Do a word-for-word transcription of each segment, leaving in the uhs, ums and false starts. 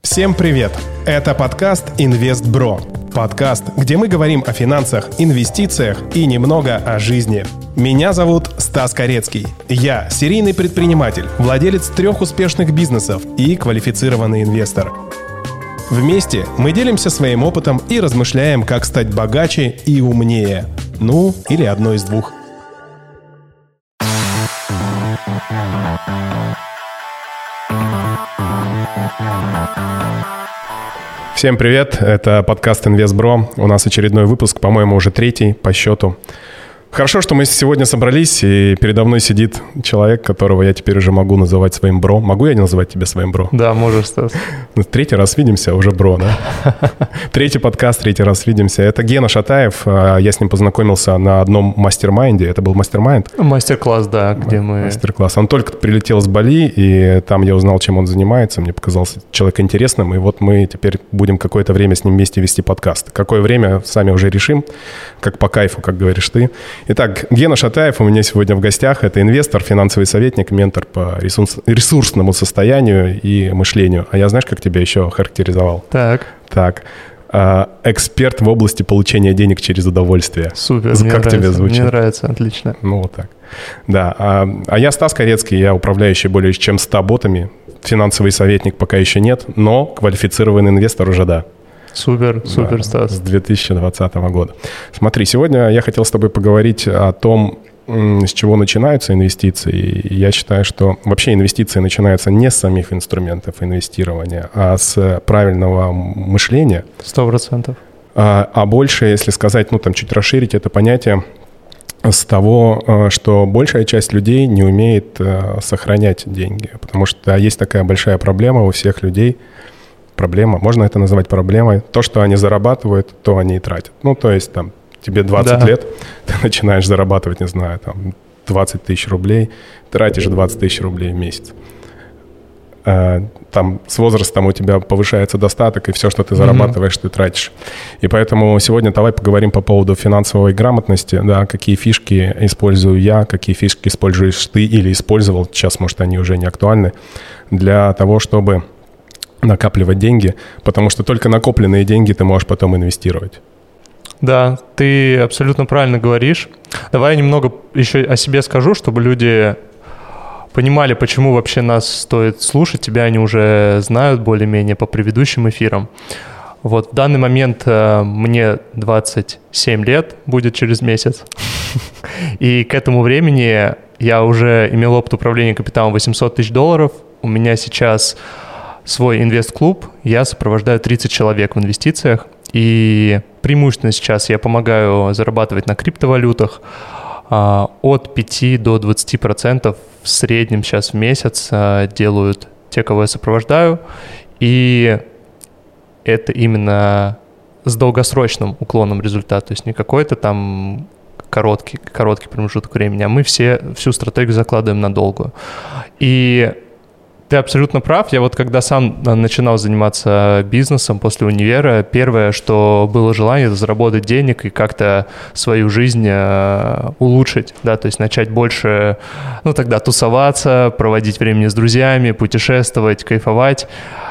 Всем привет! Это подкаст «Инвестбро». Подкаст, где мы говорим о финансах, инвестициях и немного о жизни. Меня зовут Стас Корецкий. Я серийный предприниматель, владелец трех успешных бизнесов и квалифицированный инвестор. Вместе мы делимся своим опытом и размышляем, как стать богаче и умнее. Ну, или одно из двух. Всем привет, это подкаст «Инвестбро». У нас очередной выпуск, по-моему, уже третий по счету. Хорошо, что мы сегодня собрались, и передо мной сидит человек, которого я теперь уже могу называть своим бро. Могу я не называть тебя своим бро? Да, можешь, Стас. Третий раз видимся, уже бро, да? Третий подкаст, третий раз видимся. Это Гена Шатаев. Я с ним познакомился на одном мастер-майнде. Это был мастер-майнд? Мастер-класс, да, где мы... Мастер-класс. Он только прилетел с Бали, и там я узнал, чем он занимается. Мне показался человек интересным, и вот мы теперь будем какое-то время с ним вместе вести подкаст. Какое время, сами уже решим, как по кайфу, как говоришь ты. Итак, Гена Шатаев у меня сегодня в гостях. Это инвестор, финансовый советник, ментор по ресурс, ресурсному состоянию и мышлению. А я знаешь, как тебя еще характеризовал? Так. Так. А, эксперт в области получения денег через удовольствие. Супер, как мне тебе нравится, звучит? Мне нравится, отлично. Ну, вот так. Да. А, а я Стас Корецкий, я управляющий более чем ста ботами. Финансовый советник пока еще нет, но квалифицированный инвестор уже да. Супер, супер, да, Стас. С две тысячи двадцатого года. Смотри, сегодня я хотел с тобой поговорить о том, с чего начинаются инвестиции. И я считаю, что вообще инвестиции начинаются не с самих инструментов инвестирования, а с правильного мышления. Сто процентов. А, а больше, если сказать, ну там чуть расширить это понятие, с того, что большая часть людей не умеет сохранять деньги. Потому что есть такая большая проблема у всех людей. Проблема, можно это называть проблемой. То, что они зарабатывают, то они и тратят. Ну, то есть, там, тебе двадцать да. лет, ты начинаешь зарабатывать, не знаю, там, двадцать тысяч рублей, тратишь двадцать тысяч рублей в месяц. А, там, с возрастом у тебя повышается достаток, и все, что ты зарабатываешь, mm-hmm. ты тратишь. И поэтому сегодня давай поговорим по поводу финансовой грамотности, да, какие фишки использую я, какие фишки используешь ты или использовал, сейчас, может, они уже не актуальны, для того, чтобы накапливать деньги, потому что только накопленные деньги ты можешь потом инвестировать. Да, ты абсолютно правильно говоришь. Давай я немного еще о себе скажу, чтобы люди понимали, почему вообще нас стоит слушать. Тебя они уже знают более-менее по предыдущим эфирам. Вот в данный момент э, мне двадцать семь лет, будет через месяц. И к этому времени я уже имел опыт управления капиталом восемьсот тысяч долларов. У меня сейчас свой инвест-клуб, я сопровождаю тридцать человек в инвестициях, и преимущественно сейчас я помогаю зарабатывать на криптовалютах а, от пяти до двадцати процентов в среднем сейчас в месяц а, делают те, кого я сопровождаю, и это именно с долгосрочным уклоном результата, то есть не какой-то там короткий, короткий промежуток времени, а мы все, всю стратегию закладываем на долгую. И ты абсолютно прав. Я вот когда сам начинал заниматься бизнесом после универа, первое, что было желание, это заработать денег и как-то свою жизнь э, улучшить, да, то есть начать больше, ну, тогда тусоваться, проводить время с друзьями, путешествовать, кайфовать.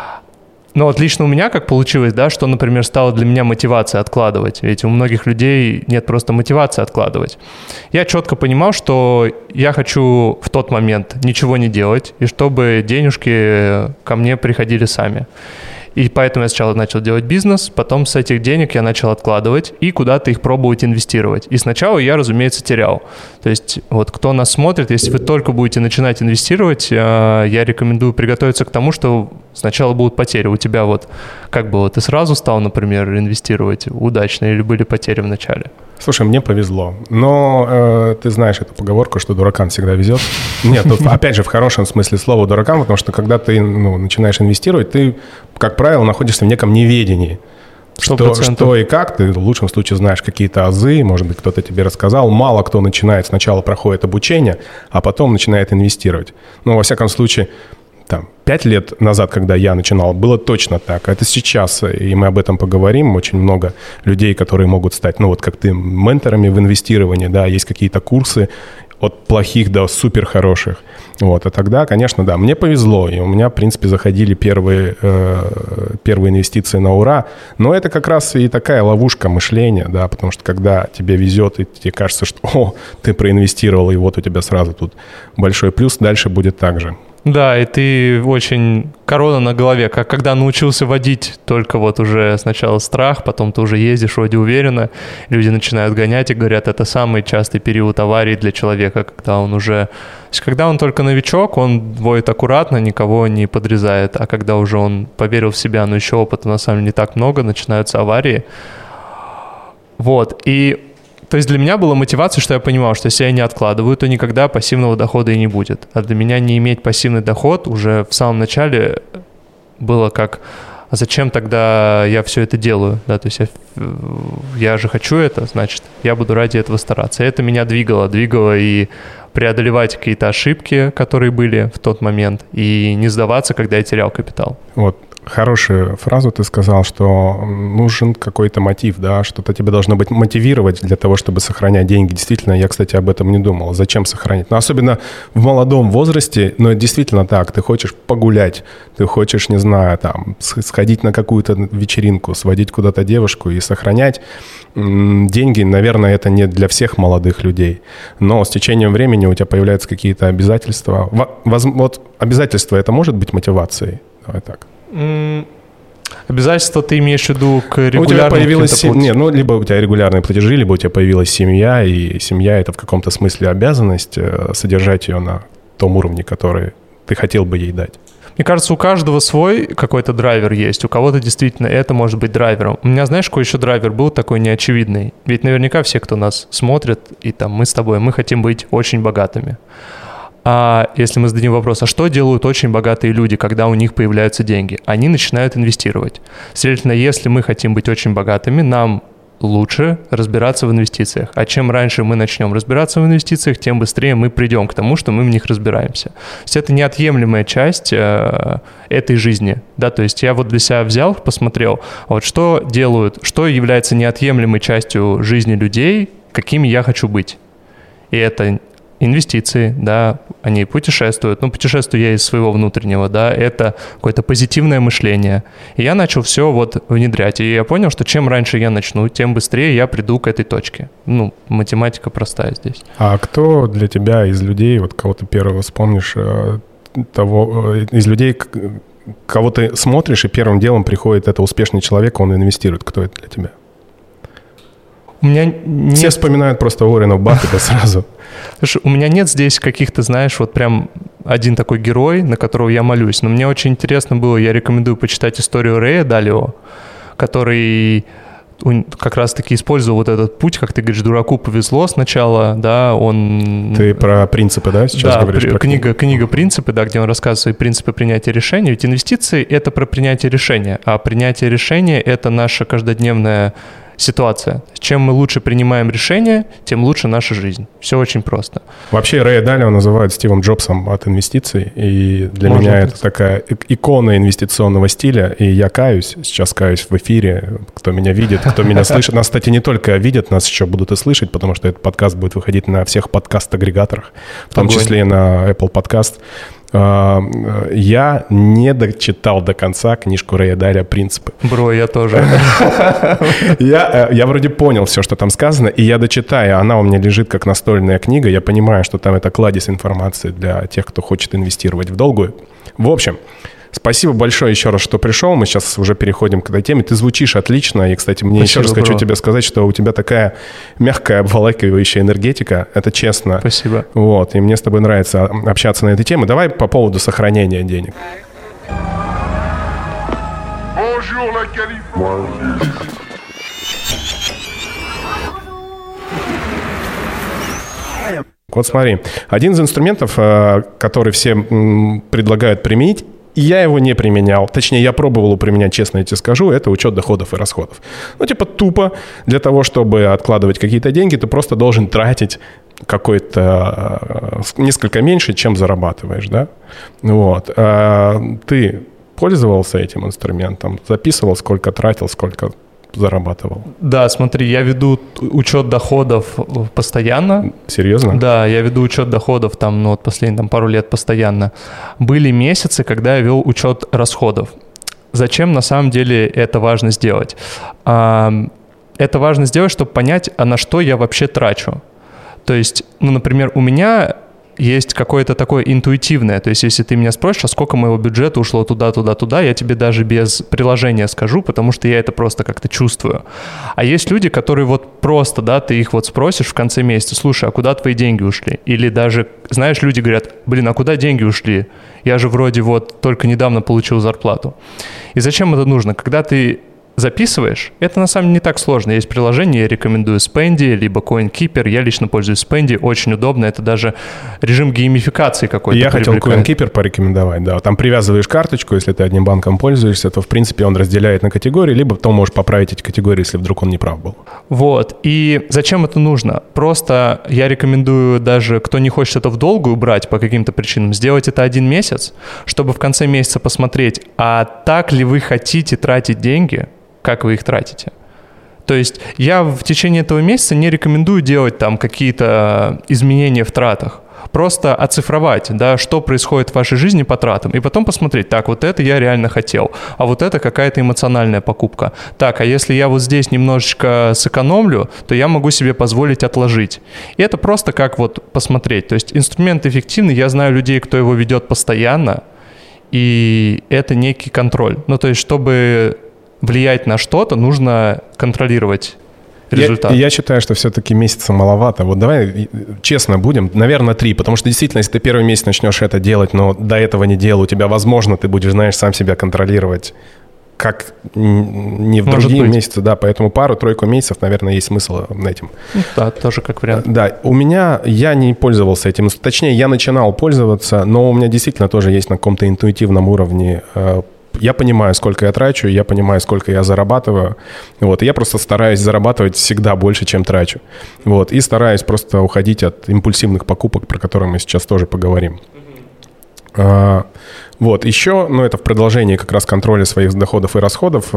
Но вот лично у меня как получилось, да, что, например, стало для меня мотивацией откладывать. Ведь у многих людей нет просто мотивации откладывать. Я четко понимал, что я хочу в тот момент ничего не делать, и чтобы денежки ко мне приходили сами. И поэтому я сначала начал делать бизнес, потом с этих денег я начал откладывать и куда-то их пробовать инвестировать. И сначала я, разумеется, терял. То есть вот кто нас смотрит, если вы только будете начинать инвестировать, я рекомендую приготовиться к тому, что сначала будут потери. У тебя вот как было, ты сразу стал, например, инвестировать удачно или были потери в начале? Слушай, мне повезло, но э, ты знаешь эту поговорку, что дуракам всегда везет. Нет, тут, опять же, в хорошем смысле слова дуракам, потому что когда ты ну, начинаешь инвестировать, ты, как правило, находишься в неком неведении. Что, что и как, ты в лучшем случае знаешь какие-то азы, может быть, кто-то тебе рассказал. Мало кто начинает, сначала проходит обучение, а потом начинает инвестировать. Но, во всяком случае, там, пять лет назад, когда я начинал, было точно так. Это сейчас, и мы об этом поговорим. Очень много людей, которые могут стать, ну вот как ты, менторами в инвестировании, да, есть какие-то курсы от плохих до супер хороших. Вот. А тогда, конечно, да, мне повезло, и у меня, в принципе, заходили первые, э, первые инвестиции на ура, но это как раз и такая ловушка мышления, да, потому что когда тебе везет, и тебе кажется, что о, ты проинвестировал, и вот у тебя сразу тут большой плюс, дальше будет так же. Да, и ты очень корона на голове, как когда научился водить, только вот уже сначала страх, потом ты уже ездишь вроде уверенно, люди начинают гонять и говорят, это самый частый период аварии для человека, когда он уже... То есть, когда он только новичок, он водит аккуратно, никого не подрезает, а когда уже он поверил в себя, но еще опыта на самом деле не так много, начинаются аварии. Вот, и... То есть для меня была мотивация, что я понимал, что если я не откладываю, то никогда пассивного дохода и не будет. А для меня не иметь пассивный доход уже в самом начале было как, а зачем тогда я все это делаю? Да, то есть я, я же хочу это, значит, я буду ради этого стараться. И это меня двигало, двигало и преодолевать какие-то ошибки, которые были в тот момент, и не сдаваться, когда я терял капитал. Вот. Хорошую фразу ты сказал, что нужен какой-то мотив, да, что-то тебе должно быть мотивировать для того, чтобы сохранять деньги. Действительно, я, кстати, об этом не думал. Зачем сохранить? Но особенно в молодом возрасте, но это действительно так. Ты хочешь погулять, ты хочешь, не знаю, там, сходить на какую-то вечеринку, сводить куда-то девушку и сохранять деньги. Наверное, это не для всех молодых людей. Но с течением времени у тебя появляются какие-то обязательства. Вот обязательства — это может быть мотивацией? Давай так. Обязательства ты имеешь в виду к регулярным? У тебя появилась сем... Нет, ну, либо у тебя регулярные платежи, либо у тебя появилась семья, и семья — это в каком-то смысле обязанность содержать ее на том уровне, который ты хотел бы ей дать. Мне кажется, у каждого свой какой-то драйвер есть. У кого-то действительно это может быть драйвером. У меня, знаешь, какой еще драйвер был такой неочевидный? Ведь наверняка все, кто нас смотрит, и там мы с тобой, мы хотим быть очень богатыми. А если мы зададим вопрос, а что делают очень богатые люди, когда у них появляются деньги? Они начинают инвестировать. Следовательно, если мы хотим быть очень богатыми, нам лучше разбираться в инвестициях. А чем раньше мы начнем разбираться в инвестициях, тем быстрее мы придем к тому, что мы в них разбираемся. То есть это неотъемлемая часть э, этой жизни. Да? То есть я вот для себя взял, посмотрел, вот что делают, что является неотъемлемой частью жизни людей, какими я хочу быть. И это инвестиции, да, они путешествуют. Ну, путешествую я из своего внутреннего, да, это какое-то позитивное мышление. И я начал все вот внедрять. И я понял, что чем раньше я начну, тем быстрее я приду к этой точке. Ну, математика простая здесь. А кто для тебя из людей, вот кого ты первого вспомнишь, того, из людей, кого ты смотришь, и первым делом приходит это успешный человек, он инвестирует. Кто это для тебя? У меня нет... Все вспоминают просто Уоррена Баффета сразу. Слушай, у меня нет здесь каких-то, знаешь, вот прям один такой герой, на которого я молюсь. Но мне очень интересно было, я рекомендую почитать историю Рэя Далио, который как раз-таки использовал вот этот путь, как ты говоришь, дураку повезло сначала, да, он... Ты про принципы, да, сейчас да, говоришь? При, про книга, книга «Принципы», да, где он рассказывает свои принципы принятия решений. Ведь инвестиции — это про принятие решения, а принятие решения — это наша каждодневная ситуация. Чем мы лучше принимаем решения, тем лучше наша жизнь. Все очень просто. Вообще Рэя Далио называют Стивом Джобсом от инвестиций, и для Может меня быть. Это такая икона инвестиционного стиля, и я каюсь, сейчас каюсь в эфире, кто меня видит, кто меня слышит. Нас, кстати, не только видят, нас еще будут и слышать, потому что этот подкаст будет выходить на всех подкаст-агрегаторах, в том Огонь. числе и на Apple Podcast. Я не дочитал до конца книжку Рэя Далио «Принципы». Бро, я тоже. я, я вроде понял все, что там сказано, и я дочитаю. Она у меня лежит как настольная книга. Я понимаю, что там это кладезь информации для тех, кто хочет инвестировать в долгую. В общем, спасибо большое еще раз, что пришел. Мы сейчас уже переходим к этой теме. Ты звучишь отлично. И, кстати, мне Спасибо, еще раз бро. хочу тебе сказать, что у тебя такая мягкая, обволакивающая энергетика. Это честно. Спасибо. Вот. И мне с тобой нравится общаться на этой теме. Давай по поводу сохранения денег. Вот смотри. Один из инструментов, который все предлагают применить, и я его не применял. Точнее, я пробовал его применять, честно я тебе скажу, это учет доходов и расходов. Ну, типа тупо для того, чтобы откладывать какие-то деньги, ты просто должен тратить какой-то несколько меньше, чем зарабатываешь, да? Вот. А ты пользовался этим инструментом? Записывал, сколько тратил, сколько зарабатывал? Да, смотри, я веду учет доходов постоянно. Серьезно? Да, я веду учет доходов там, ну вот последние там, пару лет постоянно. Были месяцы, когда я вел учет расходов. Зачем на самом деле это важно сделать? Это важно сделать, чтобы понять, а на что я вообще трачу. То есть, ну, например, у меня есть какое-то такое интуитивное, то есть если ты меня спросишь, а сколько моего бюджета ушло туда, туда, туда, я тебе даже без приложения скажу, потому что я это просто как-то чувствую. А есть люди, которые вот просто, да, ты их вот спросишь в конце месяца, слушай, а куда твои деньги ушли? Или даже, знаешь, люди говорят, блин, а куда деньги ушли? Я же вроде вот только недавно получил зарплату. И зачем это нужно? Когда ты записываешь, это на самом деле не так сложно. Есть приложение, я рекомендую Spendi, либо CoinKeeper. Я лично пользуюсь Spendi, очень удобно. Это даже режим геймификации какой-то. Я хотел CoinKeeper порекомендовать, да. Там привязываешь карточку, если ты одним банком пользуешься, то, в принципе, он разделяет на категории, либо потом можешь поправить эти категории, если вдруг он не прав был. Вот. И зачем это нужно? Просто я рекомендую даже, кто не хочет это в долгую брать по каким-то причинам, сделать это один месяц, чтобы в конце месяца посмотреть, а так ли вы хотите тратить деньги, как вы их тратите. То есть я в течение этого месяца не рекомендую делать там какие-то изменения в тратах. Просто оцифровать, да, что происходит в вашей жизни по тратам, и потом посмотреть, так, вот это я реально хотел, а вот это какая-то эмоциональная покупка. Так, а если я вот здесь немножечко сэкономлю, то я могу себе позволить отложить. И это просто как вот посмотреть. То есть инструмент эффективный, я знаю людей, кто его ведет постоянно, и это некий контроль. Ну, то есть чтобы влиять на что-то, нужно контролировать результат. Я, я считаю, что все-таки месяца маловато. Вот давай честно будем, наверное, три, потому что действительно, если ты первый месяц начнешь это делать, но до этого не делал, у тебя, возможно, ты будешь, знаешь, сам себя контролировать, как не в Может другие быть. месяцы, да, поэтому пару-тройку месяцев, наверное, есть смысл на этим. Да, тоже как вариант. Да, у меня, я не пользовался этим, точнее, я начинал пользоваться, но у меня действительно тоже есть на каком-то интуитивном уровне. Я понимаю, сколько я трачу, я понимаю, сколько я зарабатываю. Вот, и я просто стараюсь зарабатывать всегда больше, чем трачу. Вот, и стараюсь просто уходить от импульсивных покупок, про которые мы сейчас тоже поговорим. Mm-hmm. Вот, еще, ну, это в продолжении как раз контроля своих доходов и расходов,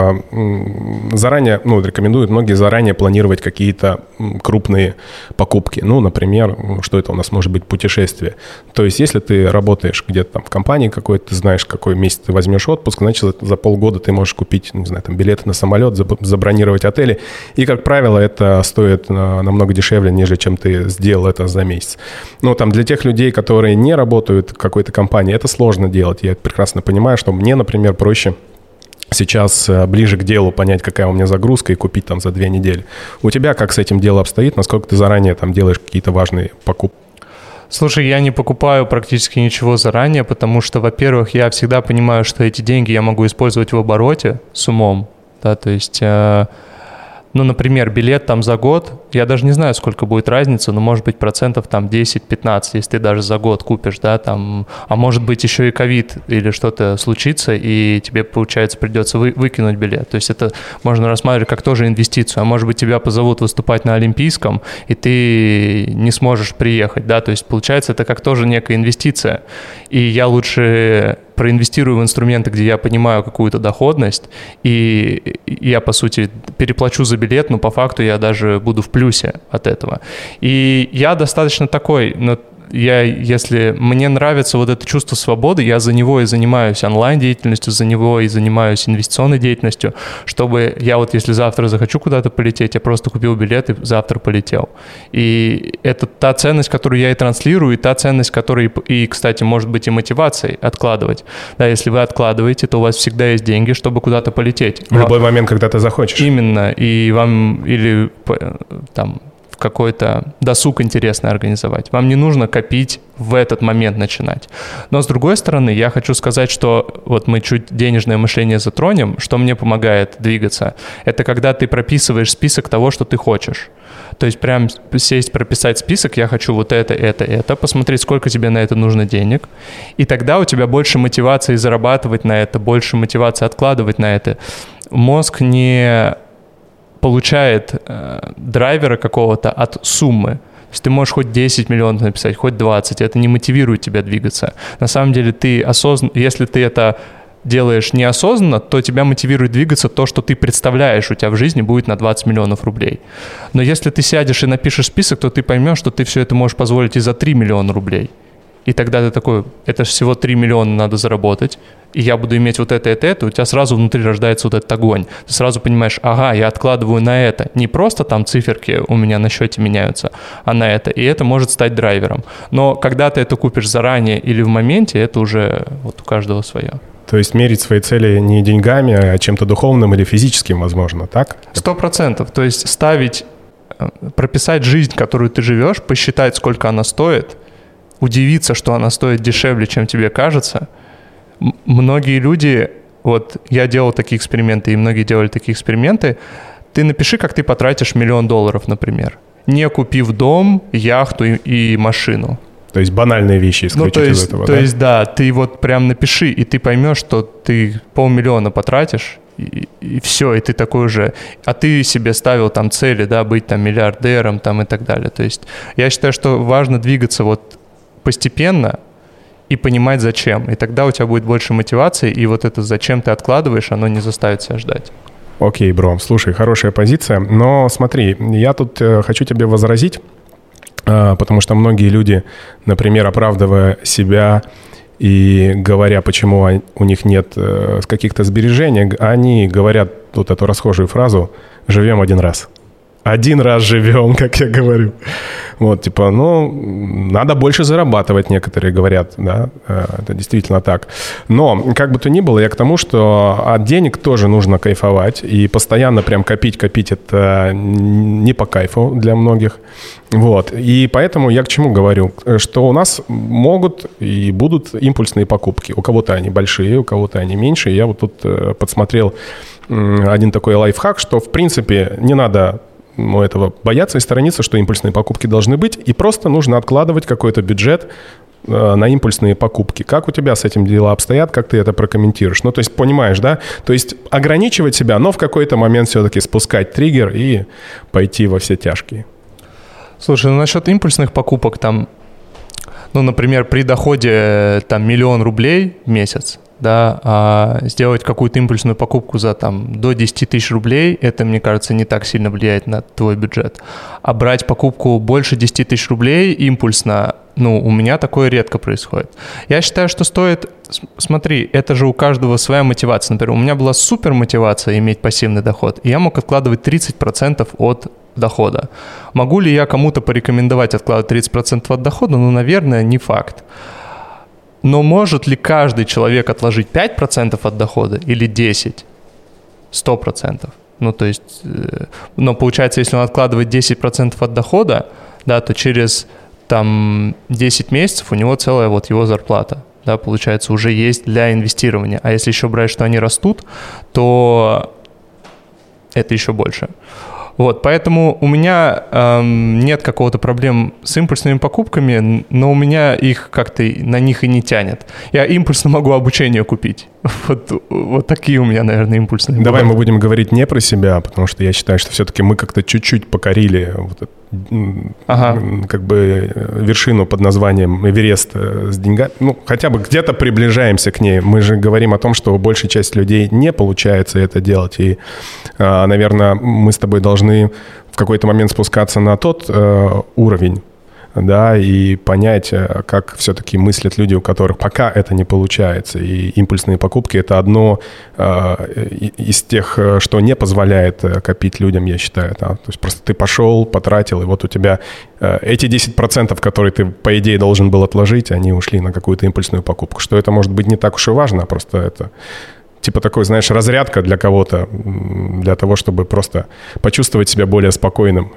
заранее, ну, рекомендуют многие заранее планировать какие-то крупные покупки. Ну, например, что это у нас может быть, путешествие. То есть, если ты работаешь где-то там в компании какой-то, ты знаешь, какой месяц ты возьмешь отпуск, значит, за, за полгода ты можешь купить, не знаю, там, билеты на самолет, забронировать отели. И, как правило, это стоит намного дешевле, нежели чем ты сделал это за месяц. Ну, там, для тех людей, которые не работают в какой-то компании, это сложно делать. Я прекрасно понимаю, что мне, например, проще сейчас ближе к делу понять, какая у меня загрузка, и купить там за две недели. У тебя как с этим дело обстоит? Насколько ты заранее там делаешь какие-то важные покупки? Слушай, я не покупаю практически ничего заранее, потому что, во-первых, я всегда понимаю, что эти деньги я могу использовать в обороте с умом. Да, то есть... Э- Ну, например, билет там за год, я даже не знаю, сколько будет разница, но может быть процентов там десять-пятнадцать, если ты даже за год купишь, да, там, а может быть еще и ковид или что-то случится, и тебе, получается, придется вы, выкинуть билет. То есть это можно рассматривать как тоже инвестицию, а может быть тебя позовут выступать на Олимпийском, и ты не сможешь приехать, да, то есть получается это как тоже некая инвестиция, и я лучше проинвестирую в инструменты, где я понимаю какую-то доходность, и я, по сути, переплачу за билет, но по факту я даже буду в плюсе от этого. И я достаточно такой, но я, если мне нравится вот это чувство свободы, я за него и занимаюсь онлайн-деятельностью, за него и занимаюсь инвестиционной деятельностью, чтобы я вот если завтра захочу куда-то полететь, я просто купил билет и завтра полетел. И это та ценность, которую я и транслирую, и та ценность, которая, и, кстати, может быть и мотивацией откладывать. Да, если вы откладываете, то у вас всегда есть деньги, чтобы куда-то полететь. В любой момент, когда ты захочешь. Именно. И вам, или там... какой-то досуг интересный организовать. Вам не нужно копить в этот момент начинать. Но с другой стороны, я хочу сказать, что вот мы чуть денежное мышление затронем, что мне помогает двигаться. Это когда ты прописываешь список того, что ты хочешь. То есть прям сесть, прописать список, я хочу вот это, это, это, посмотреть, сколько тебе на это нужно денег. И тогда у тебя больше мотивации зарабатывать на это, больше мотивации откладывать на это. Мозг не... получает э, драйвера какого-то от суммы. То есть ты можешь хоть десять миллионов написать, хоть двадцать, это не мотивирует тебя двигаться. На самом деле ты осознанно, если ты это делаешь неосознанно, то тебя мотивирует двигаться то, что ты представляешь, у тебя в жизни будет на двадцать миллионов рублей. Но если ты сядешь и напишешь список, то ты поймешь, что ты все это можешь позволить и за три миллиона рублей. И тогда ты такой, это же всего три миллиона надо заработать, и я буду иметь вот это, это, это, у тебя сразу внутри рождается вот этот огонь. Ты сразу понимаешь, ага, я откладываю на это. Не просто там циферки у меня на счете меняются, а на это. И это может стать драйвером. Но когда ты это купишь заранее или в моменте, это уже вот у каждого свое. То есть мерить свои цели не деньгами, а чем-то духовным или физическим, возможно, так? Сто процентов. То есть ставить, прописать жизнь, которую ты живешь, посчитать, сколько она стоит, удивиться, что она стоит дешевле, чем тебе кажется. М- многие люди, вот я делал такие эксперименты, и многие делали такие эксперименты, ты напиши, как ты потратишь миллион долларов, например, не купив дом, яхту и, и машину. То есть банальные вещи исключить ну, то есть, из этого, то да? есть, да, ты вот прям напиши, и ты поймешь, что ты полмиллиона потратишь, и, и все, и ты такой уже... А ты себе ставил там цели, да, быть там миллиардером там и так далее. То есть я считаю, что важно двигаться вот постепенно и понимать, зачем. И тогда у тебя будет больше мотивации, и вот это «зачем ты откладываешь», оно не заставит себя ждать. Окей, бро, слушай, хорошая позиция. Но смотри, я тут э, хочу тебе возразить, э, потому что многие люди, например, оправдывая себя и говоря, почему у них нет э, каких-то сбережений, они говорят вот эту расхожую фразу «живем один раз». Один раз живем, как я говорю. Вот, типа, ну, надо больше зарабатывать, некоторые говорят, да, это действительно так. Но, как бы то ни было, я к тому, что от денег тоже нужно кайфовать, и постоянно прям копить-копить это не по кайфу для многих. Вот, и поэтому я к чему говорю, что у нас могут и будут импульсные покупки. У кого-то они большие, у кого-то они меньше. Я вот тут подсмотрел один такой лайфхак, что, в принципе, не надо... Ну, этого бояться и сторониться, что импульсные покупки должны быть, и просто нужно откладывать какой-то бюджет э, на импульсные покупки. Как у тебя с этим дела обстоят, как ты это прокомментируешь? Ну, то есть, понимаешь, да? То есть, ограничивать себя, но в какой-то момент все-таки спускать триггер и пойти во все тяжкие. Слушай, ну, насчет импульсных покупок, там, ну, например, при доходе там миллион рублей в месяц, да, а сделать какую-то импульсную покупку за там до десять тысяч рублей, это, мне кажется, не так сильно влияет на твой бюджет. А брать покупку больше десять тысяч рублей импульсно, ну, у меня такое редко происходит. Я считаю, что стоит, смотри, это же у каждого своя мотивация. Например, у меня была супер мотивация иметь пассивный доход, и я мог откладывать тридцать процентов от дохода. Могу ли я кому-то порекомендовать откладывать тридцать процентов от дохода? Ну, наверное, не факт. Но может ли каждый человек отложить пять процентов от дохода или десять процентов? сто процентов. Ну, то есть, э, но получается, если он откладывает десять процентов от дохода, да, то через там десять месяцев у него целая вот его зарплата, да, получается, уже есть для инвестирования. А если еще брать, что они растут, то это еще больше. Вот, поэтому у меня эм, нет какого-то проблем с импульсными покупками, но у меня их как-то на них и не тянет. Я импульсно могу обучение купить. Вот, вот такие у меня, наверное, импульсные. Давай бывают. Мы будем говорить не про себя, потому что я считаю, что все-таки мы как-то чуть-чуть покорили вот это, ага. как бы вершину под названием Эверест с деньгами. Ну, хотя бы где-то приближаемся к ней. Мы же говорим о том, что у большей части людей не получается это делать. И, наверное, мы с тобой должны в какой-то момент спускаться на тот э, уровень, да, и понять, как все-таки мыслят люди, у которых пока это не получается. И импульсные покупки – это одно э, из тех, что не позволяет копить людям, я считаю. Да? То есть просто ты пошел, потратил, и вот у тебя э, эти десять процентов, которые ты, по идее, должен был отложить, они ушли на какую-то импульсную покупку. Что это может быть не так уж и важно, а просто это... Типа такой, знаешь, разрядка для кого-то, для того, чтобы просто почувствовать себя более спокойным.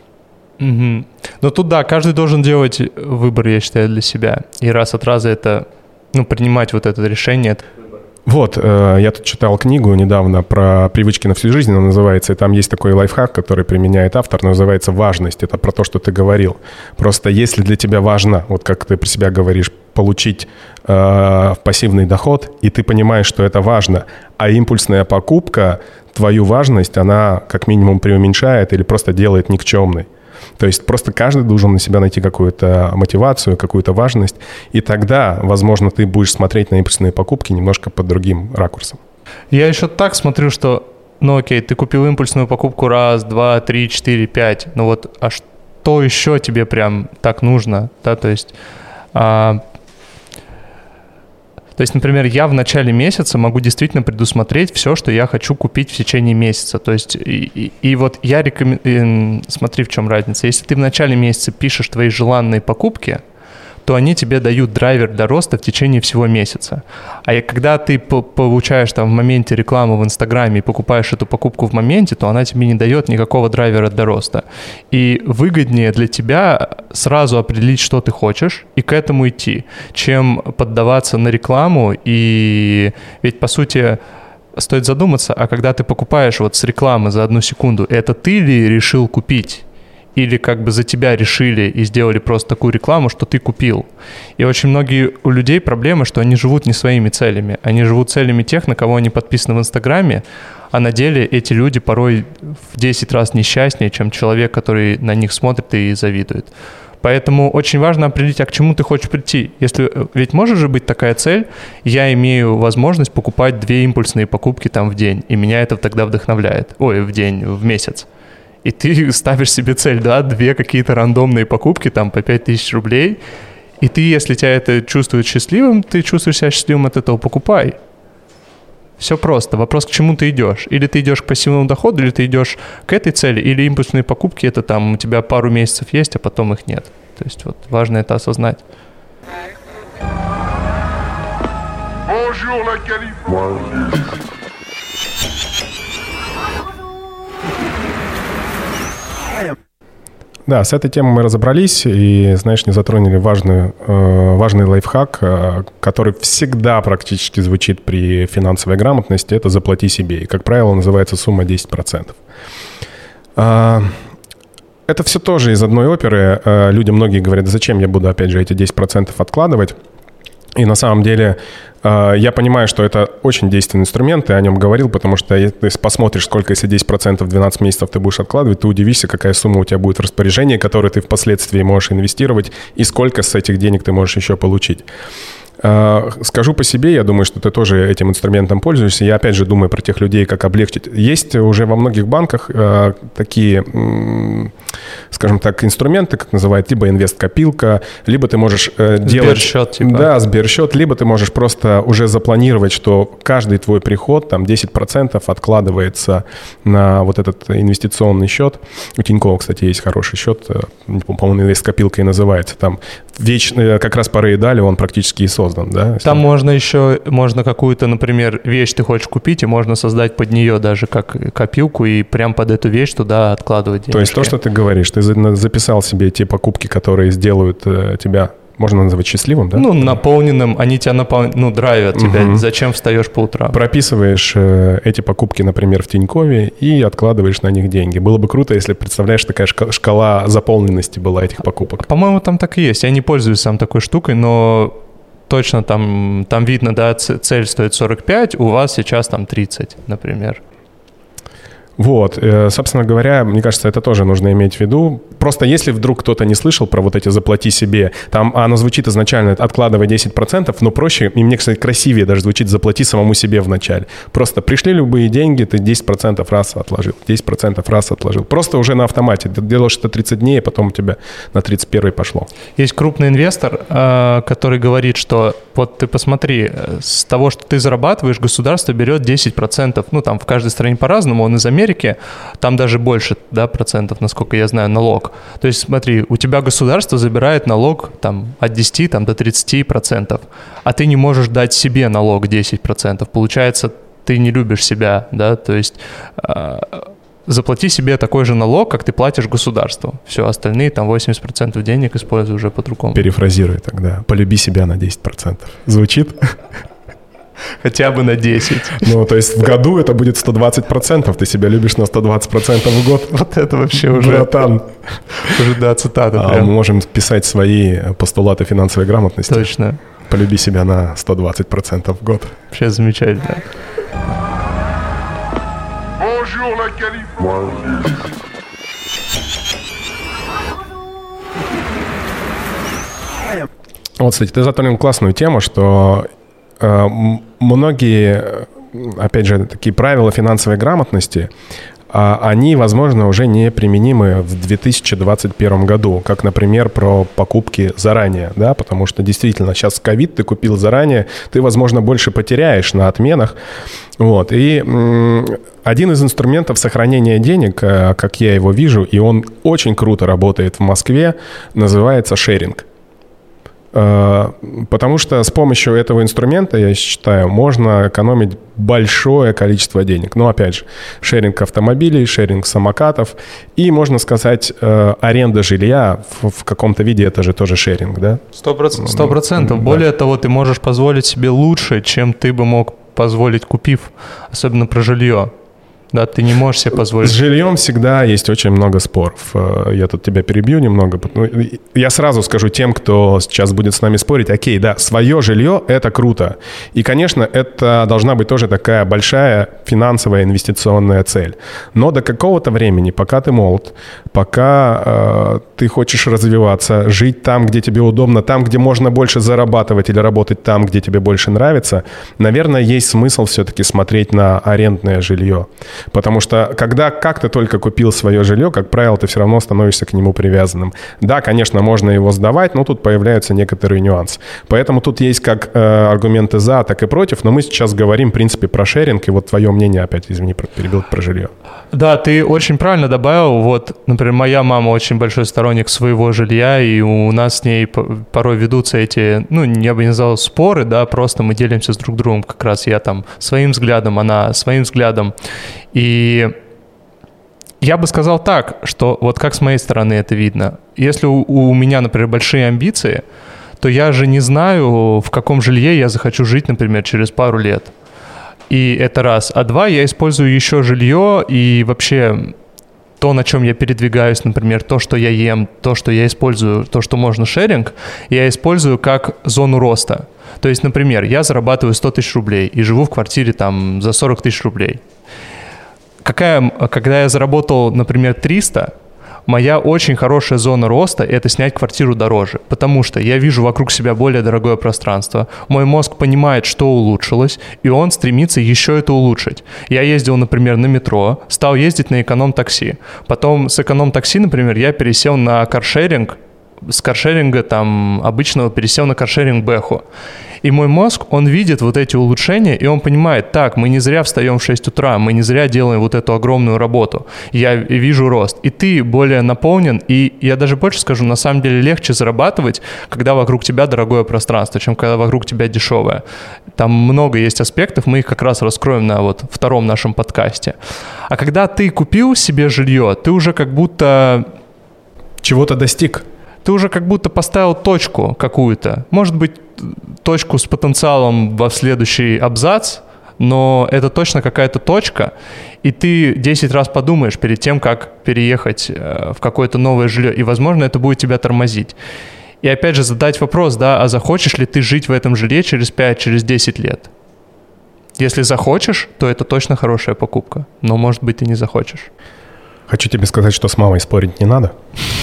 Угу. Но тут, да, каждый должен делать выбор, я считаю, для себя. И раз от раза это, ну, принимать вот это решение. Вот, э, я тут читал книгу недавно про привычки на всю жизнь, она называется, и там есть такой лайфхак, который применяет автор, называется «важность». Это про то, что ты говорил. Просто если для тебя важно, вот как ты про себя говоришь, получить э, пассивный доход, и ты понимаешь, что это важно, а импульсная покупка твою важность, она как минимум преуменьшает или просто делает никчемной. То есть просто каждый должен на себя найти какую-то мотивацию, какую-то важность, и тогда, возможно, ты будешь смотреть на импульсные покупки немножко под другим ракурсом. Я еще так смотрю, что, ну окей, ты купил импульсную покупку раз, два, три, четыре, пять, ну вот, а что еще тебе прям так нужно, да, то есть... А... То есть, например, я в начале месяца могу действительно предусмотреть все, что я хочу купить в течение месяца. То есть, и, и, и вот я рекомендую... Смотри, в чем разница. Если ты в начале месяца пишешь твои желанные покупки, то они тебе дают драйвер для роста в течение всего месяца. А когда ты получаешь там в моменте рекламу в Инстаграме и покупаешь эту покупку в моменте, то она тебе не дает никакого драйвера для роста. И выгоднее для тебя сразу определить, что ты хочешь, и к этому идти, чем поддаваться на рекламу. И ведь, по сути, стоит задуматься, а когда ты покупаешь вот с рекламы за одну секунду, это ты ли решил купить? Или как бы за тебя решили и сделали просто такую рекламу, что ты купил. И очень многие у людей проблемы, что они живут не своими целями. Они живут целями тех, на кого они подписаны в Инстаграме, а на деле эти люди порой в десять раз несчастнее, чем человек, который на них смотрит и завидует. Поэтому очень важно определить, а к чему ты хочешь прийти. Если, ведь может же быть такая цель, я имею возможность покупать две импульсные покупки там в день, и меня это тогда вдохновляет. Ой, в день, в месяц. И ты ставишь себе цель, да, две какие-то рандомные покупки, там, по пять тысяч рублей, и ты, если тебя это чувствует счастливым, ты чувствуешь себя счастливым от этого, покупай. Все просто. Вопрос, к чему ты идешь. Или ты идешь к пассивному доходу, или ты идешь к этой цели, или импульсные покупки, это там у тебя пару месяцев есть, а потом их нет. То есть вот важно это осознать. Да, с этой темой мы разобрались и, знаешь, не затронули важную, э, важный лайфхак, э, который всегда практически звучит при финансовой грамотности, это «заплати себе». И, как правило, называется сумма десять процентов. Э, это все тоже из одной оперы. Э, люди многие говорят, зачем я буду, опять же, эти десять процентов откладывать. И на самом деле э, я понимаю, что это очень действенный инструмент, я о нем говорил, потому что если посмотришь, сколько, если десять процентов двенадцать месяцев ты будешь откладывать, ты удивишься, какая сумма у тебя будет в распоряжении, которую ты впоследствии можешь инвестировать, и сколько с этих денег ты можешь еще получить. Э, скажу по себе, я думаю, что ты тоже этим инструментом пользуешься. Я опять же думаю про тех людей, как облегчить. Есть уже во многих банках э, такие, м, скажем так, инструменты, как называют, либо инвест-копилка, либо ты можешь э, делать... Сберсчет, типа. Да, Сберсчет, либо ты можешь просто уже запланировать, что каждый твой приход, там десять процентов откладывается на вот этот инвестиционный счет. У Тинькова, кстати, есть хороший счет, по-моему, инвест-копилка и называется. Там вечно, как раз по Рейдалю он практически и создан. Да, там можно еще, можно какую-то, например, вещь ты хочешь купить, и можно создать под нее даже как копилку, и прям под эту вещь туда откладывать денежки. То есть то, что ты говоришь, ты записал себе те покупки, которые сделают тебя, можно назвать счастливым, да? Ну, наполненным, они тебя напол... ну, драйвят тебя, угу. Зачем встаешь по утрам? Прописываешь э, эти покупки, например, в Тинькове и откладываешь на них деньги. Было бы круто, если, представляешь, такая шкала заполненности была этих покупок. По-моему, там так и есть. Я не пользуюсь сам такой штукой, но... Точно там, там видно, да, цель стоит сорок пять, у вас сейчас там тридцать, например. Вот, собственно говоря, мне кажется, это тоже нужно иметь в виду. Просто если вдруг кто-то не слышал про вот эти «заплати себе», там оно звучит изначально «откладывай десять процентов», но проще, и мне, кстати, красивее даже звучит «заплати самому себе вначале». Просто пришли любые деньги, ты десять процентов раз отложил, десять процентов раз отложил. Просто уже на автомате. Ты делаешь это тридцать дней, а потом у тебя на тридцать первый пошло. Есть крупный инвестор, который говорит, что вот ты посмотри, с того, что ты зарабатываешь, государство берет десять процентов, ну там в каждой стране по-разному, он из Америки, там даже больше, да, процентов, насколько я знаю, налог. То есть смотри, у тебя государство забирает налог там, от десяти там, до тридцати процентов, а ты не можешь дать себе налог десять процентов. Получается, ты не любишь себя, да, то есть э, заплати себе такой же налог, как ты платишь государству. Все, остальные там восемьдесят процентов денег используй уже по-другому. Перефразируй тогда. Полюби себя на десять процентов. Звучит? Хотя бы на десять. Ну, то есть в году это будет сто двадцать процентов. Ты себя любишь на сто двадцать процентов в год. Вот это вообще уже... Братан. Уже, да, цитата. А мы можем писать свои постулаты финансовой грамотности. Точно. Полюби себя на сто двадцать процентов в год. Вообще замечательно. Вот, кстати, ты затронул классную тему, что э, многие, опять же, такие правила финансовой грамотности, э, они, возможно, уже не применимы в две тысячи двадцать первом году, как, например, про покупки заранее, да, потому что действительно сейчас ковид, ты купил заранее, ты, возможно, больше потеряешь на отменах. Вот. И м, один из инструментов сохранения денег, э, как я его вижу, и он очень круто работает в Москве, называется шеринг. Потому что с помощью этого инструмента, я считаю, можно экономить большое количество денег. Но, опять же, шеринг автомобилей, шеринг самокатов и, можно сказать, аренда жилья в, в каком-то виде — это же тоже шеринг, да? Сто процентов. Сто процентов. Более того, ты можешь позволить себе лучше, чем ты бы мог позволить, купив, особенно про жилье. Да, ты не можешь себе позволить. С жильем всегда есть очень много споров. Я тут тебя перебью немного. Я сразу скажу тем, кто сейчас будет с нами спорить: окей, да, свое жилье — это круто. И, конечно, это должна быть тоже такая большая финансовая инвестиционная цель. Но до какого-то времени, пока ты молод, пока э, ты хочешь развиваться, жить там, где тебе удобно, там, где можно больше зарабатывать, или работать там, где тебе больше нравится, наверное, есть смысл все-таки смотреть на арендное жилье. Потому что когда как ты только купил свое жилье, как правило, ты все равно становишься к нему привязанным. Да, конечно, можно его сдавать, но тут появляются некоторые нюансы. Поэтому тут есть как э, аргументы за, так и против. Но мы сейчас говорим, в принципе, про шеринг. И вот твое мнение, опять, извини, перебил, про жилье. Да, ты очень правильно добавил. Вот, например, моя мама очень большой сторонник своего жилья, и у нас с ней порой ведутся эти, ну, я бы не назвал споры, да, просто мы делимся с друг другом. Как раз я там своим взглядом, она своим взглядом. И я бы сказал так, что вот как с моей стороны это видно. Если у, у меня, например, большие амбиции, то я же не знаю, в каком жилье я захочу жить, например, через пару лет. И это раз. А два, я использую еще жилье и вообще то, на чем я передвигаюсь, например, то, что я ем, то, что я использую, то, что можно шеринг, я использую как зону роста. То есть, например, я зарабатываю сто тысяч рублей и живу в квартире там за сорок тысяч рублей. Какая, когда я заработал, например, триста, моя очень хорошая зона роста — это снять квартиру дороже, потому что я вижу вокруг себя более дорогое пространство, мой мозг понимает, что улучшилось, и он стремится еще это улучшить. Я ездил, например, на метро, стал ездить на эконом-такси. Потом с эконом-такси, например, я пересел на каршеринг, с каршеринга там обычного пересел на каршеринг Бэху. И мой мозг, он видит вот эти улучшения, и он понимает: так, мы не зря встаем в шесть утра, мы не зря делаем вот эту огромную работу. Я вижу рост. И ты более наполнен, и я даже больше скажу, на самом деле легче зарабатывать, когда вокруг тебя дорогое пространство, чем когда вокруг тебя дешевое. Там много есть аспектов, мы их как раз раскроем на вот втором нашем подкасте. А когда ты купил себе жилье, ты уже как будто... чего-то достиг. Ты уже как будто поставил точку какую-то. Может быть, точку с потенциалом во следующий абзац, но это точно какая-то точка, и ты десять раз подумаешь перед тем, как переехать в какое-то новое жилье, и, возможно, это будет тебя тормозить. И опять же задать вопрос, да, а захочешь ли ты жить в этом жилье через пять, через десять лет? Если захочешь, то это точно хорошая покупка, но, может быть, ты не захочешь. Хочу тебе сказать, что с мамой спорить не надо.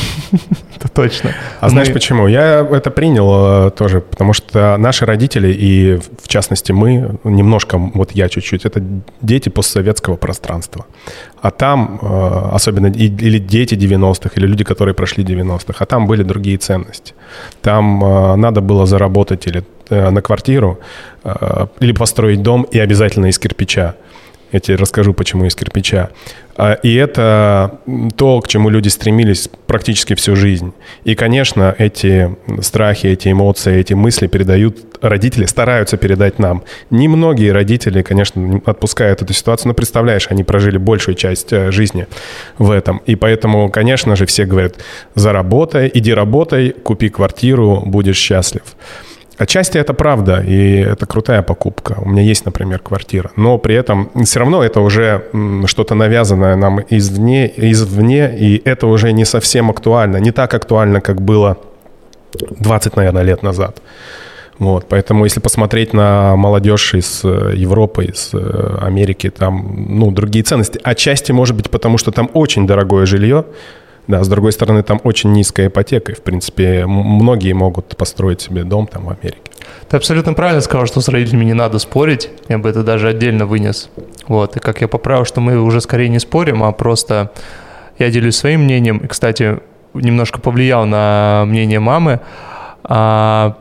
Это точно. А знаешь почему? Я это принял тоже, потому что наши родители, и в частности мы, немножко, вот я чуть-чуть, это дети постсоветского пространства. А там, особенно или дети девяностых, или люди, которые прошли девяностых, а там были другие ценности. Там надо было заработать или на квартиру, или построить дом, и обязательно из кирпича. Я тебе расскажу, почему из кирпича. И это то, к чему люди стремились практически всю жизнь. И, конечно, эти страхи, эти эмоции, эти мысли передают родители, стараются передать нам. Немногие родители, конечно, отпускают эту ситуацию, но представляешь, они прожили большую часть жизни в этом. И поэтому, конечно же, все говорят: заработай, иди работай, купи квартиру, будешь счастлив. Отчасти это правда, и это крутая покупка. У меня есть, например, квартира. Но при этом все равно это уже что-то навязанное нам извне, извне, и это уже не совсем актуально. Не так актуально, как было двадцать, наверное, лет назад. Вот, поэтому если посмотреть на молодежь из Европы, из Америки, там, ну, другие ценности. Отчасти, может быть, потому что там очень дорогое жилье, Да, с другой стороны, там очень низкая ипотека, и, в принципе, м- многие могут построить себе дом там в Америке. Ты абсолютно правильно сказал, что с родителями не надо спорить, я бы это даже отдельно вынес. Вот, и как я поправил, что мы уже скорее не спорим, а просто я делюсь своим мнением, и, кстати, немножко повлиял на мнение мамы. А,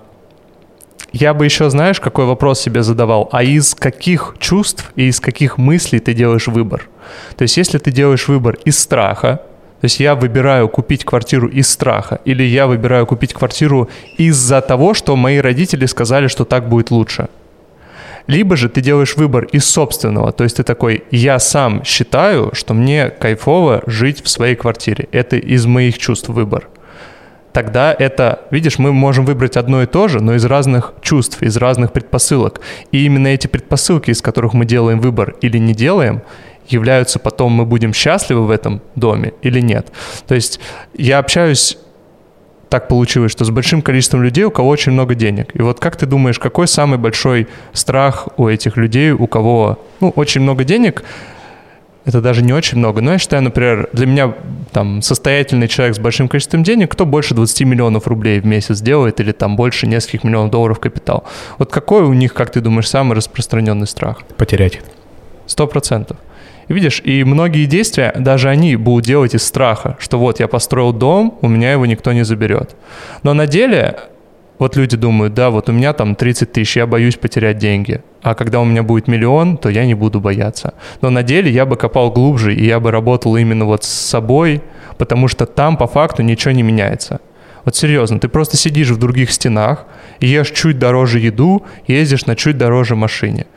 я бы еще, знаешь, какой вопрос себе задавал? А из каких чувств и из каких мыслей ты делаешь выбор? То есть если ты делаешь выбор из страха, то есть я выбираю купить квартиру из страха, или я выбираю купить квартиру из-за того, что мои родители сказали, что так будет лучше. Либо же ты делаешь выбор из собственного, то есть ты такой, я сам считаю, что мне кайфово жить в своей квартире. Это из моих чувств выбор. Тогда это, видишь, мы можем выбрать одно и то же, но из разных чувств, из разных предпосылок. И именно эти предпосылки, из которых мы делаем выбор или не делаем, являются потом, мы будем счастливы в этом доме или нет. То есть я общаюсь, так получилось, что с большим количеством людей, у кого очень много денег. И вот как ты думаешь, какой самый большой страх у этих людей, у кого, ну, очень много денег? Это даже не очень много, но я считаю, например, для меня там состоятельный человек с большим количеством денег, кто больше двадцать миллионов рублей в месяц делает или там больше нескольких миллионов долларов капитал. Вот какой у них, как ты думаешь, самый распространенный страх? Потерять. Сто процентов. И видишь, и многие действия, даже они будут делать из страха, что вот я построил дом, у меня его никто не заберет. Но на деле вот люди думают, да, вот у меня там тридцать тысяч, я боюсь потерять деньги. А когда у меня будет миллион, то я не буду бояться. Но на деле я бы копал глубже, и я бы работал именно вот с собой, потому что там по факту ничего не меняется. Вот серьезно, ты просто сидишь в других стенах, ешь чуть дороже еду, ездишь на чуть дороже машине.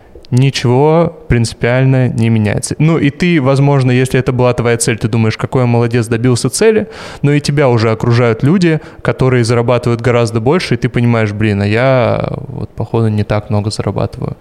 Ничего принципиально не меняется. Ну и ты, возможно, если это была твоя цель, ты думаешь, какой я молодец, добился цели, но и тебя уже окружают люди, которые зарабатывают гораздо больше, и ты понимаешь, блин, а я вот походу не так много зарабатываю.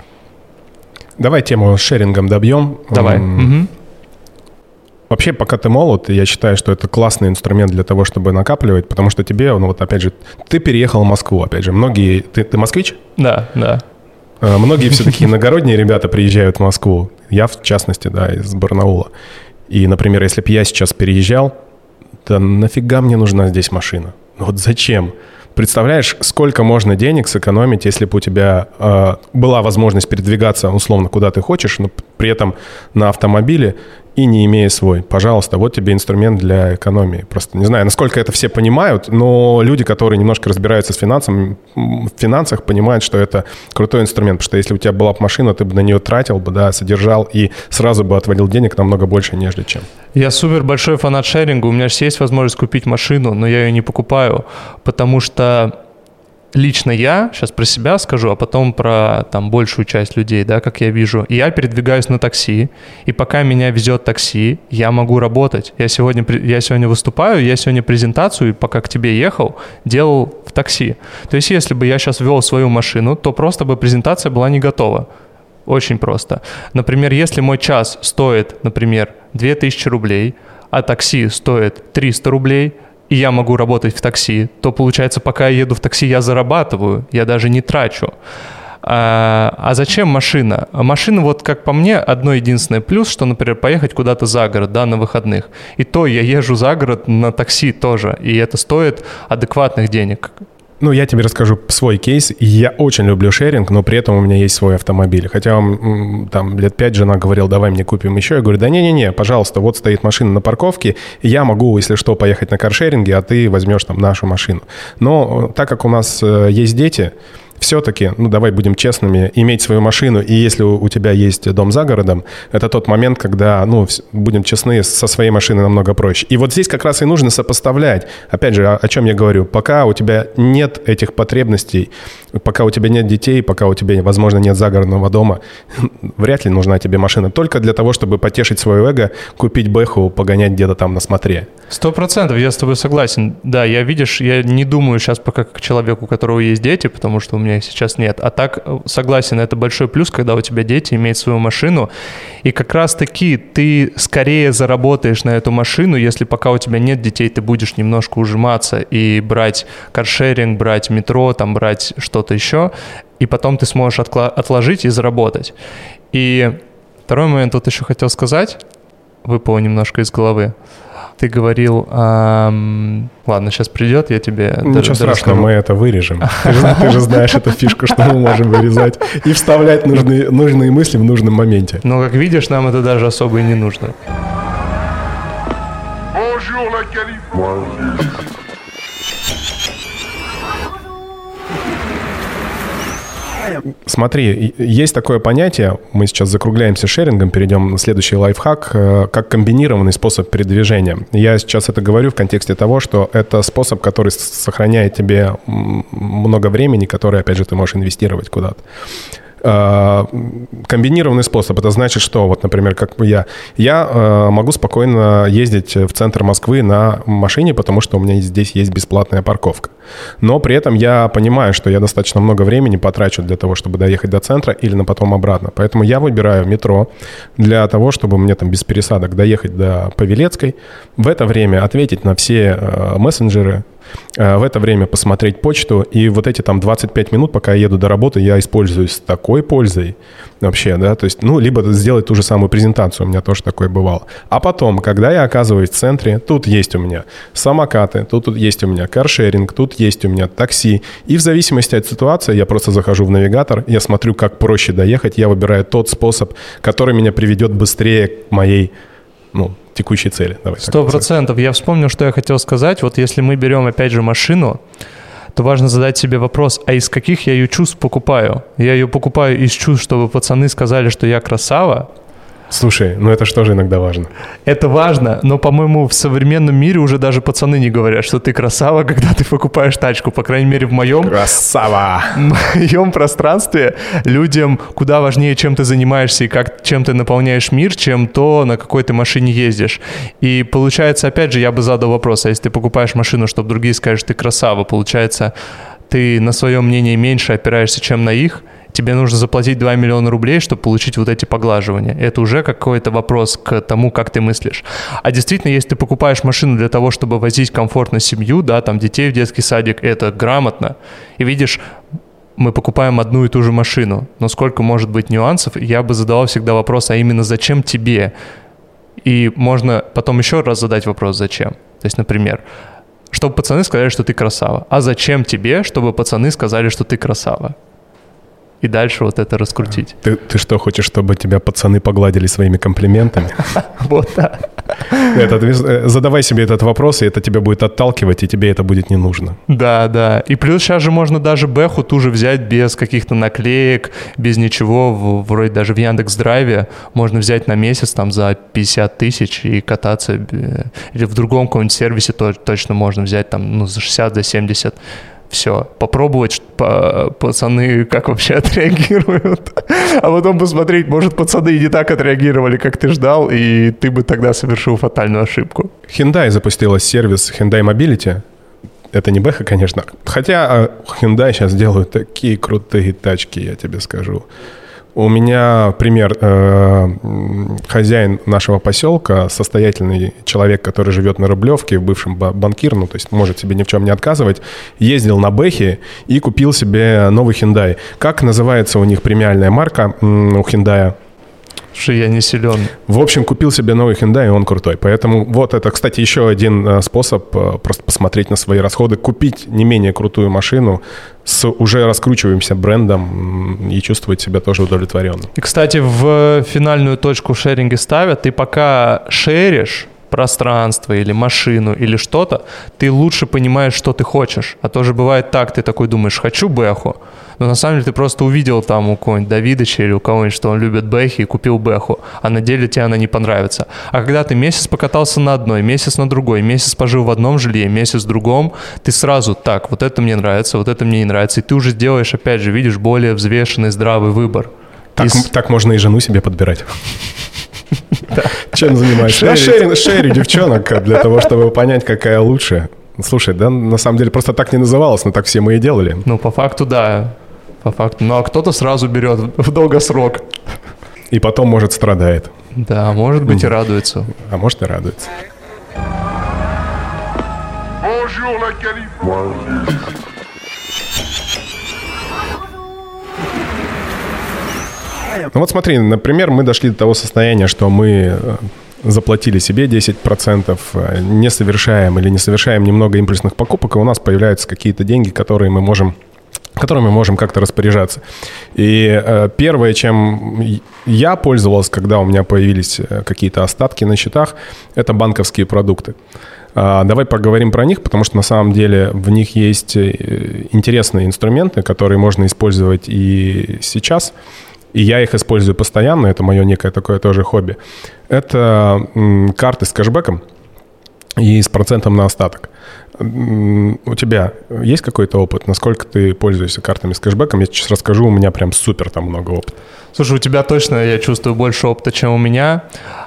Давай тему с шерингом добьем. Давай. М- угу. Вообще, пока ты молод, я считаю, что это классный инструмент для того, чтобы накапливать, потому что тебе, ну вот опять же, ты переехал в Москву, опять же, многие... Ты, ты москвич? Да, да. Многие все-таки иногородние ребята приезжают в Москву. Я, в частности, да, из Барнаула. И, например, если бы я сейчас переезжал, то нафига мне нужна здесь машина? Ну вот зачем? Представляешь, сколько можно денег сэкономить, если бы у тебя э, была возможность передвигаться условно куда ты хочешь, но при этом на автомобиле и не имея свой. Пожалуйста, вот тебе инструмент для экономии. Просто не знаю, насколько это все понимают, но люди, которые немножко разбираются с финансами, в финансах, понимают, что это крутой инструмент. Потому что если у тебя была бы машина, ты бы на нее тратил бы, да, содержал и сразу бы отводил денег намного больше, нежели чем. Я супер большой фанат шеринга. У меня же есть возможность купить машину, но я ее не покупаю, потому что лично я, сейчас про себя скажу, а потом про там большую часть людей, да, как я вижу. Я передвигаюсь на такси, и пока меня везет такси, я могу работать. Я сегодня, я сегодня выступаю, я сегодня презентацию, пока к тебе ехал, делал в такси. То есть если бы я сейчас вел свою машину, то просто бы презентация была не готова. Очень просто. Например, если мой час стоит, например, две тысячи рублей, а такси стоит триста рублей, и я могу работать в такси, то получается, пока я еду в такси, я зарабатываю, я даже не трачу. А, а зачем машина? Машина, вот как по мне, одно единственное плюс, что, например, поехать куда-то за город, да, на выходных. И то я езжу за город на такси тоже, и это стоит адекватных денег. Ну, я тебе расскажу свой кейс. Я очень люблю шеринг, но при этом у меня есть свой автомобиль. Хотя там лет пять жена говорила, давай мне купим еще. Я говорю, да не-не-не, пожалуйста, вот стоит машина на парковке, я могу, если что, поехать на каршеринге, а ты возьмешь там нашу машину. Но так как у нас есть дети, все-таки, ну давай будем честными, иметь свою машину, и если у, у тебя есть дом за городом, это тот момент, когда, ну, будем честны, со своей машиной намного проще. И вот здесь как раз и нужно сопоставлять. Опять же, о, о чем я говорю. Пока у тебя нет этих потребностей, пока у тебя нет детей, пока у тебя, возможно, нет загородного дома, вряд ли нужна тебе машина. Только для того, чтобы потешить свое эго, купить бэху, погонять где-то там на смотре. Сто процентов, я с тобой согласен. Да, я, видишь, я не думаю сейчас пока как человеку, у которого есть дети, потому что у меня их сейчас нет. А так, согласен, это большой плюс, когда у тебя дети, иметь свою машину. И как раз-таки ты скорее заработаешь на эту машину, если пока у тебя нет детей, ты будешь немножко ужиматься и брать каршеринг, брать метро, там брать что-то еще, и потом ты сможешь откла- отложить и заработать. И второй момент тут еще хотел сказать, выпало немножко из головы. ты говорил... Эм... Ладно, сейчас придет, я тебе... Ничего страшного, мы это вырежем. Ты же, ты же знаешь эту фишку, что мы можем вырезать и вставлять нужные, нужные мысли в нужном моменте. Но, как видишь, нам это даже особо и не нужно. Смотри, есть такое понятие, мы сейчас закругляемся шерингом, перейдем на следующий лайфхак, как комбинированный способ передвижения. Я сейчас это говорю в контексте того, что это способ, который сохраняет тебе много времени, которое, опять же, ты можешь инвестировать куда-то. Комбинированный способ, это значит, что, вот, например, как бы я, я э, могу спокойно ездить в центр Москвы на машине, потому что у меня здесь есть бесплатная парковка. Но при этом я понимаю, что я достаточно много времени потрачу для того, чтобы доехать до центра или на потом обратно. Поэтому я выбираю метро для того, чтобы мне там без пересадок доехать до Павелецкой, в это время ответить на все э, мессенджеры, в это время посмотреть почту, и вот эти там двадцать пять минут, пока я еду до работы, я использую с такой пользой вообще, да, то есть, ну, либо сделать ту же самую презентацию, у меня тоже такое бывало. А потом, когда я оказываюсь в центре, тут есть у меня самокаты, тут, тут есть у меня каршеринг, тут есть у меня такси, и в зависимости от ситуации я просто захожу в навигатор, я смотрю, как проще доехать, я выбираю тот способ, который меня приведет быстрее к моей, ну, текущей цели. Сто процентов. Я вспомнил, что я хотел сказать. Вот если мы берем, опять же, машину, то важно задать себе вопрос, а из каких я ее чувств покупаю? Я ее покупаю из чувств, чтобы пацаны сказали, что я красава. Слушай, ну это же тоже иногда важно. Это важно, но, по-моему, в современном мире уже даже пацаны не говорят, что ты красава, когда ты покупаешь тачку. По крайней мере, в моем... Красава! В моем пространстве людям куда важнее, чем ты занимаешься и как, чем ты наполняешь мир, чем то, на какой ты машине ездишь. И получается, опять же, я бы задал вопрос, а если ты покупаешь машину, чтобы другие скажут, что ты красава, получается, ты на свое мнение меньше опираешься, чем на их, тебе нужно заплатить два миллиона рублей, чтобы получить вот эти поглаживания. Это уже какой-то вопрос к тому, как ты мыслишь. А действительно, если ты покупаешь машину для того, чтобы возить комфортно семью, да, там детей в детский садик, это грамотно. И видишь, мы покупаем одну и ту же машину, но сколько может быть нюансов, я бы задавал всегда вопрос, а именно зачем тебе? И можно потом еще раз задать вопрос, зачем. То есть, например, чтобы пацаны сказали, что ты красава. А зачем тебе, чтобы пацаны сказали, что ты красава? И дальше вот это раскрутить. Ты, ты что, хочешь, чтобы тебя пацаны погладили своими комплиментами? Вот так. Задавай себе этот вопрос, и это тебя будет отталкивать, и тебе это будет не нужно. Да, да. И плюс сейчас же можно даже бэху ту же взять без каких-то наклеек, без ничего. Вроде даже в Яндекс.Драйве можно взять на месяц там за пятьдесят тысяч и кататься. Или в другом каком-нибудь сервисе точно можно взять там ну, за шестьдесят, за семьдесят. Все, попробовать, пацаны как вообще отреагируют, а потом посмотреть, может, пацаны не так отреагировали, как ты ждал, и ты бы тогда совершил фатальную ошибку. Hyundai запустила сервис Hyundai Mobility. Это не бэха, конечно. Хотя Hyundai сейчас делают такие крутые тачки, я тебе скажу. У меня пример. Э, хозяин нашего поселка, состоятельный человек, который живет на Рублевке, бывший банкир, ну, то есть может себе ни в чем не отказывать, ездил на бэхе и купил себе новый Hyundai. Как называется у них премиальная марка у Hyundai? Что я не силен. В общем, купил себе новый Hyundai, и он крутой. Поэтому вот это, кстати, еще один способ просто посмотреть на свои расходы, купить не менее крутую машину с уже раскручиваемся брендом и чувствовать себя тоже удовлетворенным. И, кстати, в финальную точку в шеринге ставят, ты пока шеришь пространство или машину или что-то, ты лучше понимаешь, что ты хочешь. А тоже бывает так, ты такой думаешь, хочу бэху, но на самом деле ты просто увидел там у кого-нибудь Давидыча или у кого-нибудь, что он любит бэхи и купил бэху, а на деле тебе она не понравится. А когда ты месяц покатался на одной, месяц на другой, месяц пожил в одном жилье, месяц в другом, ты сразу так, вот это мне нравится, вот это мне не нравится, и ты уже сделаешь, опять же, видишь, более взвешенный, здравый выбор. Так, Из... так можно и жену себе подбирать. Чем занимаешься? Шеринг, шеринг девчонок для того, чтобы понять, какая лучше. Слушай, да, на самом деле просто так не называлось, но так все мы и делали. Ну, по факту, да. По факту. Ну, а кто-то сразу берет в долгосрок. И потом, может, страдает. Да, может быть, и радуется. А может, и радуется. Ну вот смотри, например, мы дошли до того состояния, что мы заплатили себе десять процентов, не совершаем или не совершаем немного импульсных покупок, и у нас появляются какие-то деньги, которые мы можем, которыми мы можем как-то распоряжаться. И э, первое, чем я пользовался, когда у меня появились какие-то остатки на счетах, это банковские продукты. Э, давай поговорим про них, потому что на самом деле в них есть интересные инструменты, которые можно использовать и сейчас. И я их использую постоянно, это мое некое такое тоже хобби. Это м, карты с кэшбэком и с процентом на остаток. У тебя есть какой-то опыт? Насколько ты пользуешься картами с кэшбэком? Я сейчас расскажу, у меня прям супер там много опыта. Слушай, у тебя точно, я чувствую, больше опыта, чем у меня.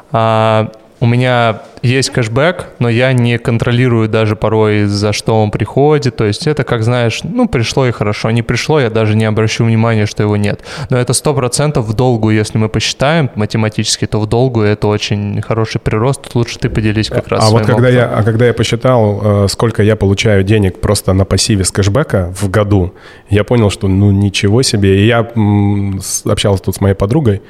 А, у меня есть кэшбэк, но я не контролирую даже порой, за что он приходит. То есть это, как знаешь, ну, пришло и хорошо. Не пришло, я даже не обращу внимания, что его нет. Но это сто процентов в долгу, если мы посчитаем математически, то в долгу это очень хороший прирост. Тут лучше ты поделись как раз а своим вот когда опытом. я, А когда я посчитал, сколько я получаю денег просто на пассиве с кэшбэка в году, я понял, что ну ничего себе. И я общался тут с моей подругой,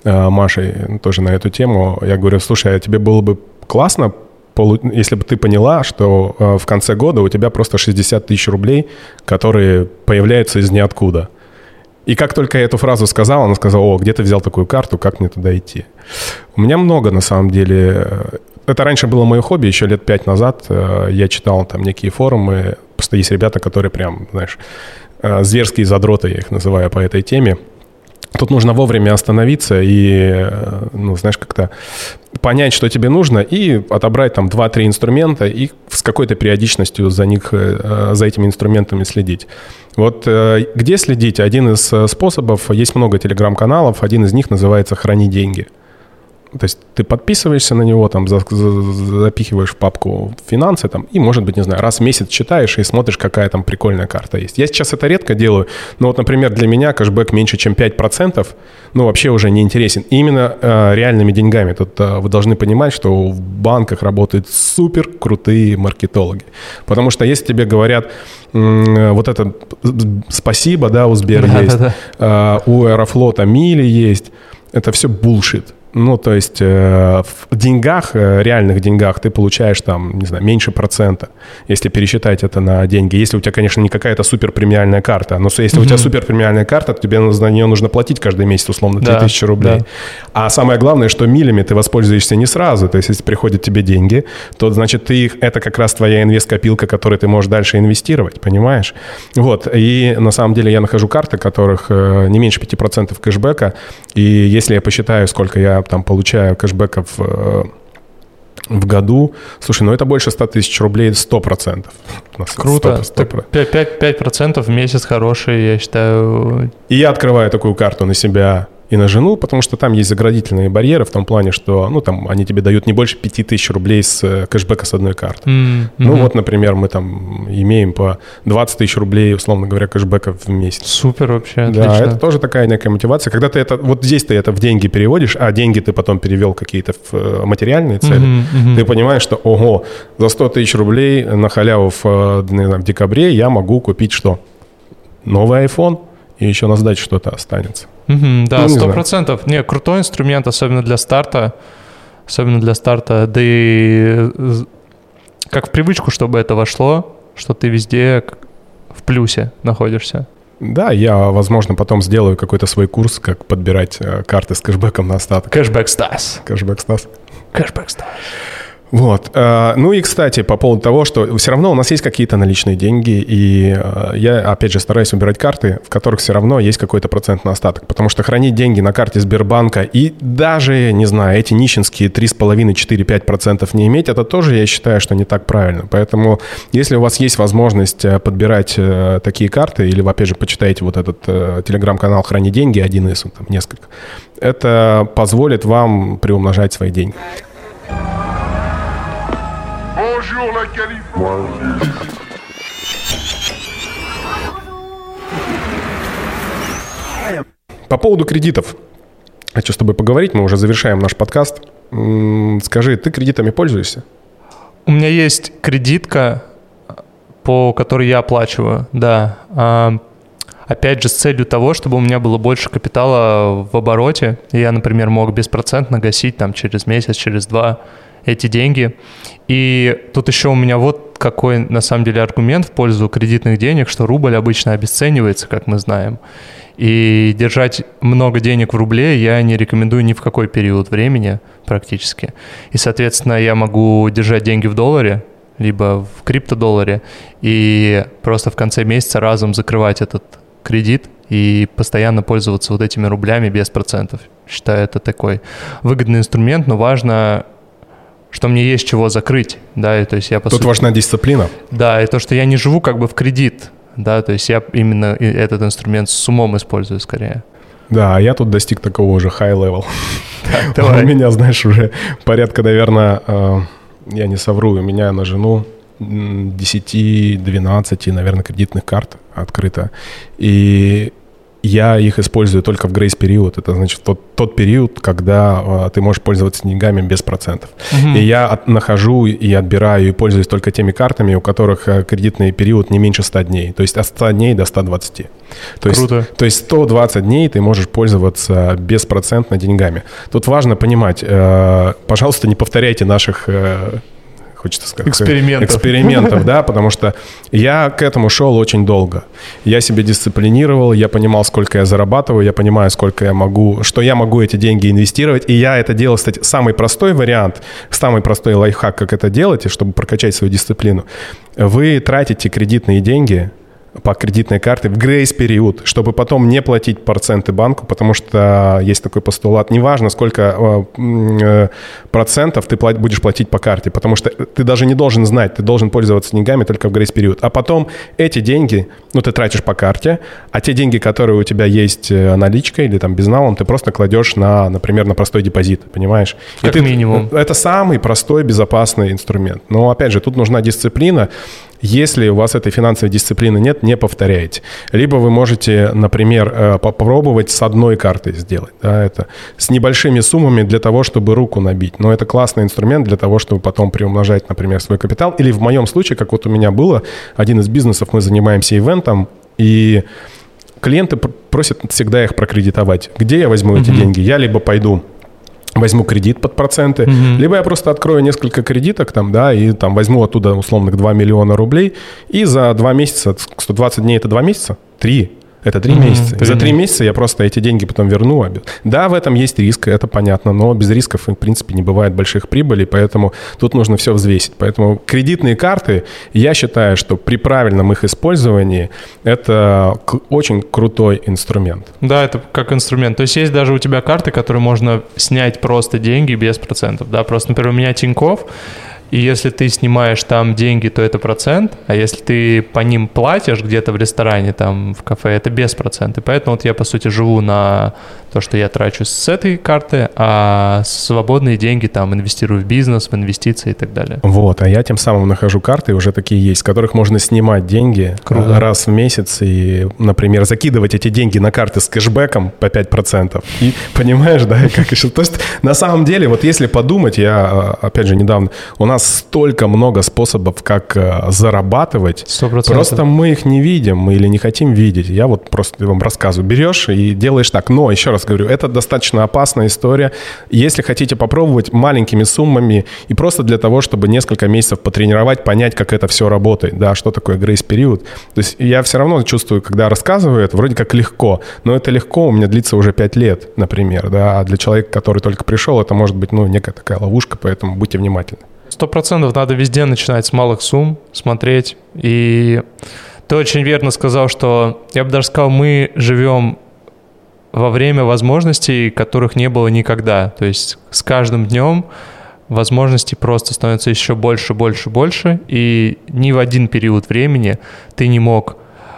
Машей, тоже на эту тему. Я говорю, слушай, а тебе было бы классно, если бы ты поняла, что в конце года у тебя просто шестьдесят тысяч рублей, которые появляются из ниоткуда. И как только я эту фразу сказал, она сказала, о, где ты взял такую карту, как мне туда идти? У меня много, на самом деле. Это раньше было мое хобби, еще лет пять назад. Я читал там некие форумы. Просто есть ребята, которые прям, знаешь, зверские задроты, я их называю, по этой теме. Тут нужно вовремя остановиться и, ну, знаешь, как-то понять, что тебе нужно, и отобрать там два-три инструмента и с какой-то периодичностью за них, за этими инструментами следить. Вот где следить? Один из способов, есть много телеграм-каналов, один из них называется «Храни деньги». То есть ты подписываешься на него, там, за, за, запихиваешь в папку финансы, там, и, может быть, не знаю, раз в месяц читаешь и смотришь, какая там прикольная карта есть. Я сейчас это редко делаю, но вот, например, для меня кэшбэк меньше, чем пять процентов, ну, вообще уже не интересен. И именно э, реальными деньгами. Тут э, вы должны понимать, что в банках работают супер крутые маркетологи. Потому что если тебе говорят, э, вот это спасибо, да, у Сбер да, есть, да, да. Э, у Аэрофлота мили есть, это все булшит. Ну, то есть э, в деньгах, э, реальных деньгах ты получаешь там, не знаю, меньше процента, если пересчитать это на деньги. Если у тебя, конечно, не какая-то супер премиальная карта, но если mm-hmm. у тебя супер премиальная карта, то тебе за нее нужно платить каждый месяц, условно, три тысячи да, рублей. Да. А самое главное, что милями ты воспользуешься не сразу. То есть если приходят тебе деньги, то, значит, ты их, это как раз твоя инвест-копилка, которой ты можешь дальше инвестировать, понимаешь? Вот. И на самом деле я нахожу карты, которых э, не меньше пяти процентов кэшбэка. И если я посчитаю, сколько я там получаю кэшбэков э, в году. Слушай, ну это больше ста тысяч рублей, сто процентов. Круто. пять процентов в месяц хороший, я считаю. И я открываю такую карту на себя и на жену, потому что там есть заградительные барьеры в том плане, что, ну, там, они тебе дают не больше пяти тысяч рублей с кэшбэка с одной карты. Mm-hmm. Ну, вот, например, мы там имеем по двадцать тысяч рублей, условно говоря, кэшбэка в месяц. Супер вообще, да, отлично. Это тоже такая некая мотивация. Когда ты это, вот здесь ты это в деньги переводишь, а деньги ты потом перевел какие-то в материальные цели, mm-hmm. Mm-hmm. ты понимаешь, что, ого, за сто тысяч рублей на халяву в, не знаю, в декабре я могу купить что? Новый iPhone, и еще на сдаче что-то останется. Mm-hmm, да, сто процентов. Не, крутой инструмент, особенно для старта. Особенно для старта. Да и как в привычку, чтобы это вошло, что ты везде в плюсе находишься. Да, я, возможно, потом сделаю какой-то свой курс, как подбирать карты с кэшбэком на остаток. Кэшбэк Стас. Кэшбэк Стас. Кэшбэк Стас. Вот. Ну и, кстати, по поводу того, что все равно у нас есть какие-то наличные деньги, и я, опять же, стараюсь выбирать карты, в которых все равно есть какой-то процент на остаток, потому что хранить деньги на карте Сбербанка и даже, не знаю, эти нищенские три с половиной - четыре-пять процентов не иметь, это тоже, я считаю, что не так правильно. Поэтому, если у вас есть возможность подбирать такие карты, или вы, опять же, почитаете вот этот телеграм-канал «Храни деньги», один из, там, несколько, это позволит вам приумножать свои деньги. По поводу кредитов хочу с тобой поговорить, мы уже завершаем наш подкаст. Скажи, ты кредитами пользуешься? У меня есть кредитка, по которой я оплачиваю, да. опять же, с целью того, чтобы у меня было больше капитала в обороте, и я, например, мог беспроцентно гасить там через месяц, через два эти деньги. И тут еще у меня вот какой, на самом деле, аргумент в пользу кредитных денег, что рубль обычно обесценивается, как мы знаем. И держать много денег в рубле я не рекомендую ни в какой период времени практически. И, соответственно, я могу держать деньги в долларе, либо в криптодолларе, и просто в конце месяца разом закрывать этот кредит и постоянно пользоваться вот этими рублями без процентов. Считаю, это такой выгодный инструмент, но важно, что мне есть чего закрыть, да, и то есть я по Тут сути, важна дисциплина. Да, и то, что я не живу как бы в кредит, да, то есть я именно этот инструмент с умом использую скорее. Да, а я тут достиг такого уже high-level. Так, у меня, знаешь, уже порядка, наверное, э, я не совру, у меня на жену десять-двенадцать, наверное, кредитных карт открыто. И я их использую только в грейс-период. Это значит тот, тот период, когда э, ты можешь пользоваться деньгами без процентов. Uh-huh. И я от, нахожу и отбираю и пользуюсь только теми картами, у которых э, кредитный период не меньше ста дней. То есть от ста дней до ста двадцати. То Круто. Есть, то есть сто двадцать дней ты можешь пользоваться беспроцентно деньгами. Тут важно понимать, э, пожалуйста, не повторяйте наших... Э, хочется сказать, экспериментов. экспериментов, да, потому что я к этому шел очень долго. Я себя дисциплинировал, я понимал, сколько я зарабатываю, я понимаю, сколько я могу, что я могу эти деньги инвестировать, и я это делал, кстати, самый простой вариант, самый простой лайфхак, как это делать, и чтобы прокачать свою дисциплину. Вы тратите кредитные деньги по кредитной карте в грейс-период, чтобы потом не платить проценты банку, потому что есть такой постулат, неважно, сколько э, процентов ты плат, будешь платить по карте, потому что ты даже не должен знать, ты должен пользоваться деньгами только в грейс-период. А потом эти деньги, ну, ты тратишь по карте, а те деньги, которые у тебя есть наличкой или там безналом, ты просто кладешь на, например, на простой депозит, понимаешь? Как ты, минимум. Это самый простой, безопасный инструмент. Но, опять же, тут нужна дисциплина. Если у вас этой финансовой дисциплины нет, не повторяйте. Либо вы можете, например, попробовать с одной картой сделать. Да, это с небольшими суммами для того, чтобы руку набить. Но это классный инструмент для того, чтобы потом приумножать, например, свой капитал. Или в моем случае, как вот у меня было, один из бизнесов, мы занимаемся ивентом, и клиенты просят всегда их прокредитовать. Где я возьму mm-hmm. эти деньги? Я либо пойду возьму кредит под проценты, mm-hmm. либо я просто открою несколько кредиток там, да, и там возьму оттуда условно два миллиона рублей, и за два месяца, сто двадцать дней это два месяца, три. Это три mm-hmm. месяца. И за три месяца я просто эти деньги потом верну. Да, в этом есть риск, это понятно, но без рисков, в принципе, не бывает больших прибылей, поэтому тут нужно все взвесить. Поэтому кредитные карты, я считаю, что при правильном их использовании это очень крутой инструмент. Да, это как инструмент. То есть есть даже у тебя карты, которые можно снять просто деньги без процентов. Да, просто, например, у меня Тинькофф, и если ты снимаешь там деньги, то это процент, а если ты по ним платишь где-то в ресторане, там, в кафе, это без процента. Поэтому вот я, по сути, живу на то, что я трачу с этой карты, а свободные деньги там инвестирую в бизнес, в инвестиции и так далее. Вот, а я тем самым нахожу карты, уже такие есть, с которых можно снимать деньги Круто. раз в месяц и, например, закидывать эти деньги на карты с кэшбэком по пять процентов. И понимаешь, да, как еще... То есть, на самом деле, вот если подумать, я, опять же, недавно... У нас столько много способов, как зарабатывать. сто процентов. Просто мы их не видим, мы или не хотим видеть. Я вот просто вам рассказываю. Берешь и делаешь так. Но, еще раз говорю, это достаточно опасная история. Если хотите попробовать маленькими суммами и просто для того, чтобы несколько месяцев потренировать, понять, как это все работает, да, что такое грейс-период. То есть я все равно чувствую, когда рассказываю это, вроде как легко. Но это легко у меня длится уже пять лет, например. Да, а для человека, который только пришел, это может быть, ну, некая такая ловушка, поэтому будьте внимательны. Сто процентов надо везде начинать с малых сумм, смотреть. И ты очень верно сказал, что, я бы даже сказал, мы живем во время возможностей, которых не было никогда. То есть с каждым днем возможностей просто становится еще больше, больше, больше. И ни в один период времени ты не мог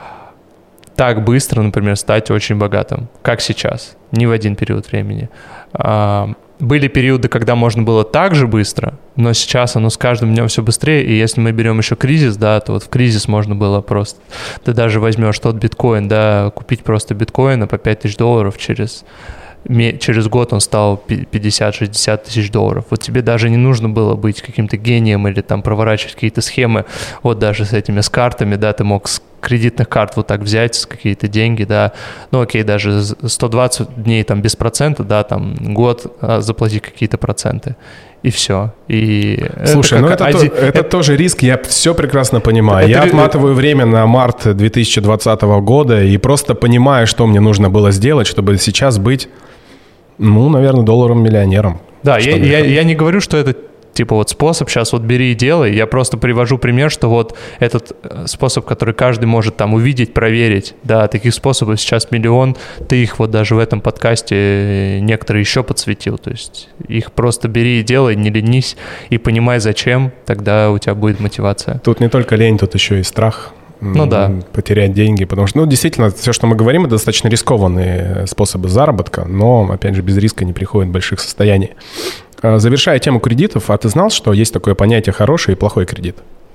так быстро, например, стать очень богатым, как сейчас. Ни в один период времени. Были периоды, когда можно было так же быстро, но сейчас оно с каждым днем все быстрее, и если мы берем еще кризис, да, то вот в кризис можно было просто, ты даже возьмешь тот биткоин, да, купить просто биткоина по пять тысяч долларов, через, через год он стал пятьдесят-шестьдесят тысяч долларов. Вот тебе даже не нужно было быть каким-то гением или там проворачивать какие-то схемы, вот даже с этими, с картами, да, ты мог кредитных карт вот так взять какие-то деньги, да, ну окей, даже сто двадцать дней там без процента, да, там год заплатить какие-то проценты. И все. И Слушай, это ну это, один... то, это, это тоже риск, я все прекрасно понимаю. Это... Я отматываю время на март две тысячи двадцатого года и просто понимаю, что мне нужно было сделать, чтобы сейчас быть, ну, наверное, долларовым-миллионером. Да, я, я, я не говорю, что это типа вот способ, сейчас вот бери и делай. Я просто привожу пример, что вот этот способ, который каждый может там увидеть, проверить, да, таких способов сейчас миллион, ты их вот даже в этом подкасте некоторые еще подсветил, то есть их просто бери и делай, не ленись и понимай зачем, тогда у тебя будет мотивация. Тут не только лень, тут еще и страх. Ну да. Потерять деньги, потому что, ну, действительно, все, что мы говорим, это достаточно рискованные способы заработка, но, опять же, без риска не приходит больших состояний. Завершая тему кредитов, а ты знал, что есть такое понятие хороший и плохой кредит?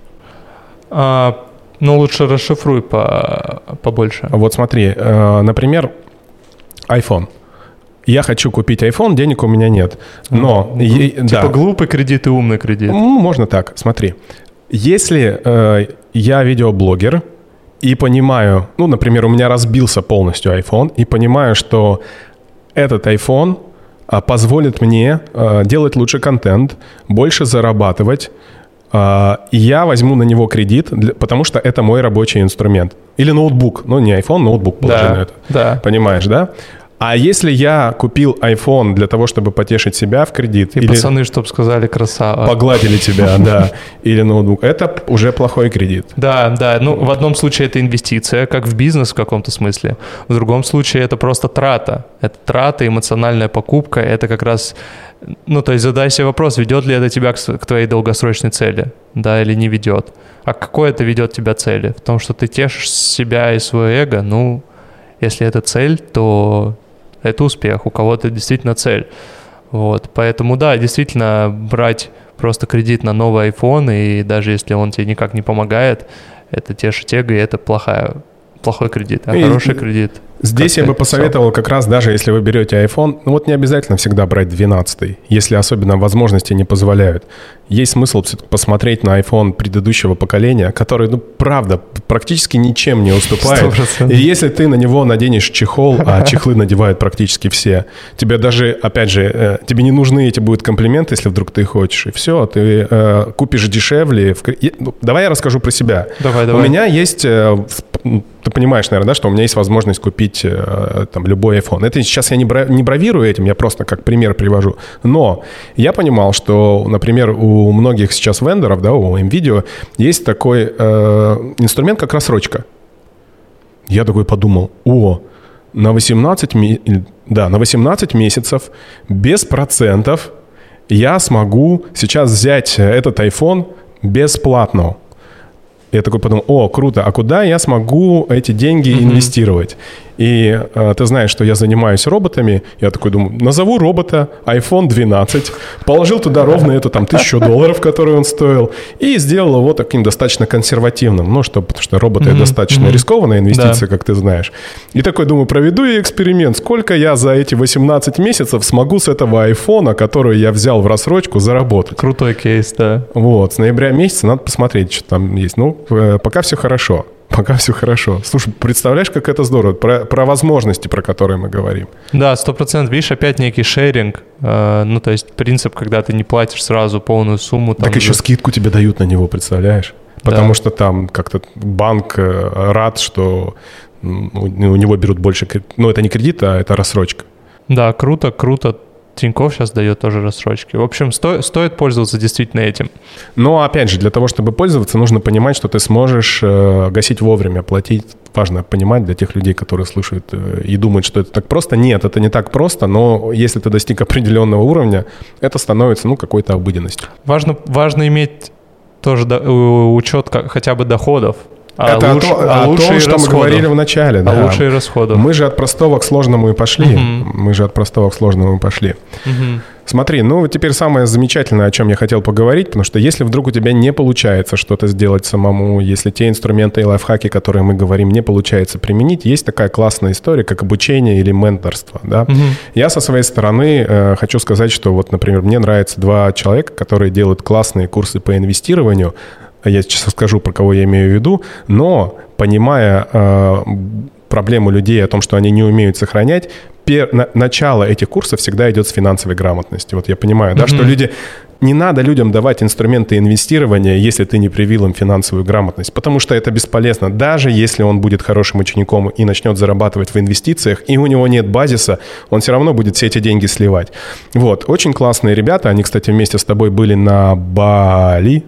А, ну, лучше расшифруй по, побольше. Вот смотри, например, iPhone. Я хочу купить iPhone, денег у меня нет. Но... Ну, е- типа да. Глупый кредит и умный кредит. Ну, можно так, смотри. Если э, я видеоблогер и понимаю, ну, например, у меня разбился полностью iPhone, и понимаю, что этот iPhone э, позволит мне э, делать лучше контент, больше зарабатывать, э, и я возьму на него кредит, для, потому что это мой рабочий инструмент. Или ноутбук, ну, не iPhone, ноутбук положи да, на это. Да. Понимаешь, да? А если я купил iPhone для того, чтобы потешить себя в кредит... И или пацаны, чтобы сказали красава. Погладили тебя, да. Или ноутбук. Это уже плохой кредит. Да, да. Ну, в одном случае это инвестиция, как в бизнес в каком-то смысле. В другом случае это просто трата. Это трата, эмоциональная покупка. Это как раз... Ну, то есть задай себе вопрос, ведет ли это тебя к, к твоей долгосрочной цели, да, или не ведет. А к какой это ведет тебя цели? В том, что ты тешишь себя и свое эго, ну, если это цель, то... это успех, у кого-то действительно цель. Вот. Поэтому, да, действительно, брать просто кредит на новый iPhone, и даже если он тебе никак не помогает, это тешит эго, и это плохая, плохой кредит, а и хороший кредит. Здесь я бы посоветовал как раз, даже если вы берете iPhone, ну вот не обязательно всегда брать двенадцатый, если особенно возможности не позволяют. Есть смысл посмотреть на iPhone предыдущего поколения, который, ну, правда, практически ничем не уступает. сто процентов. И если ты на него наденешь чехол, а чехлы надевают практически все, тебе даже, опять же, тебе не нужны эти будут комплименты, если вдруг ты хочешь, и все, ты э, купишь дешевле. В... Давай я расскажу про себя. Давай, у давай. меня есть, э, ты понимаешь, наверное, да, что у меня есть возможность купить э, там любой iPhone. Это сейчас я не, бра... не бравирую этим, я просто как пример привожу. Но я понимал, что, например, у у многих сейчас вендоров, да, у NVIDIA, есть такой э, инструмент, как рассрочка. Я такой подумал, о, на восемнадцать, да, на восемнадцать месяцев без процентов я смогу сейчас взять этот iPhone бесплатно. Я такой подумал, о, круто, а куда я смогу эти деньги mm-hmm. инвестировать? И э, ты знаешь, что я занимаюсь роботами. Я такой думаю, назову робота айфон двенадцать, положил туда ровно эту там тысячу долларов, которую он стоил, и сделал его таким достаточно консервативным. Ну, что, потому что роботы mm-hmm. достаточно mm-hmm. рискованная инвестиция, да. как ты знаешь. И такой думаю, проведу я эксперимент, сколько я за эти восемнадцать месяцев смогу с этого айфона, который я взял в рассрочку, заработать. Крутой кейс, да. Вот, с ноября месяца надо посмотреть, что там есть. Ну, э, пока все хорошо. Пока все хорошо. Слушай, представляешь, как это здорово? Про, про возможности, про которые мы говорим. Да, сто процентов. Видишь, опять некий шеринг. Э, ну, то есть принцип, когда ты не платишь сразу полную сумму. Там, так еще за... скидку тебе дают на него, представляешь? Потому да. что там как-то банк рад, что у него берут больше... Ну, это не кредит, а это рассрочка. Да, круто, круто. Тинькофф сейчас дает тоже рассрочки. В общем, сто, стоит пользоваться действительно этим. Но, опять же, для того, чтобы пользоваться, нужно понимать, что ты сможешь э, гасить вовремя, платить. Важно понимать для тех людей, которые слушают э, и думают, что это так просто. Нет, это не так просто, но если ты достиг определенного уровня, это становится, ну, какой-то обыденностью. Важно, важно иметь тоже до, учет хотя бы доходов. А это луч, о, а о том, что расходов. мы говорили в начале. Да. А лучшие расходы. Мы же от простого к сложному и пошли. Uh-huh. Мы же от простого к сложному и пошли. Uh-huh. Смотри, ну теперь самое замечательное, о чем я хотел поговорить, потому что если вдруг у тебя не получается что-то сделать самому, если те инструменты и лайфхаки, которые мы говорим, не получается применить, есть такая классная история, как обучение или менторство. Да? Uh-huh. Я со своей стороны э, хочу сказать, что вот, например, мне нравятся два человека, которые делают классные курсы по инвестированию. Я сейчас скажу, про кого я имею в виду, но понимая э, проблему людей о том, что они не умеют сохранять, пер, на, начало этих курсов всегда идет с финансовой грамотности. Вот я понимаю, mm-hmm. да, что люди... Не надо людям давать инструменты инвестирования, если ты не привил им финансовую грамотность, потому что это бесполезно. Даже если он будет хорошим учеником и начнет зарабатывать в инвестициях, и у него нет базиса, он все равно будет все эти деньги сливать. Вот, очень классные ребята, они, кстати, вместе с тобой были на Бали.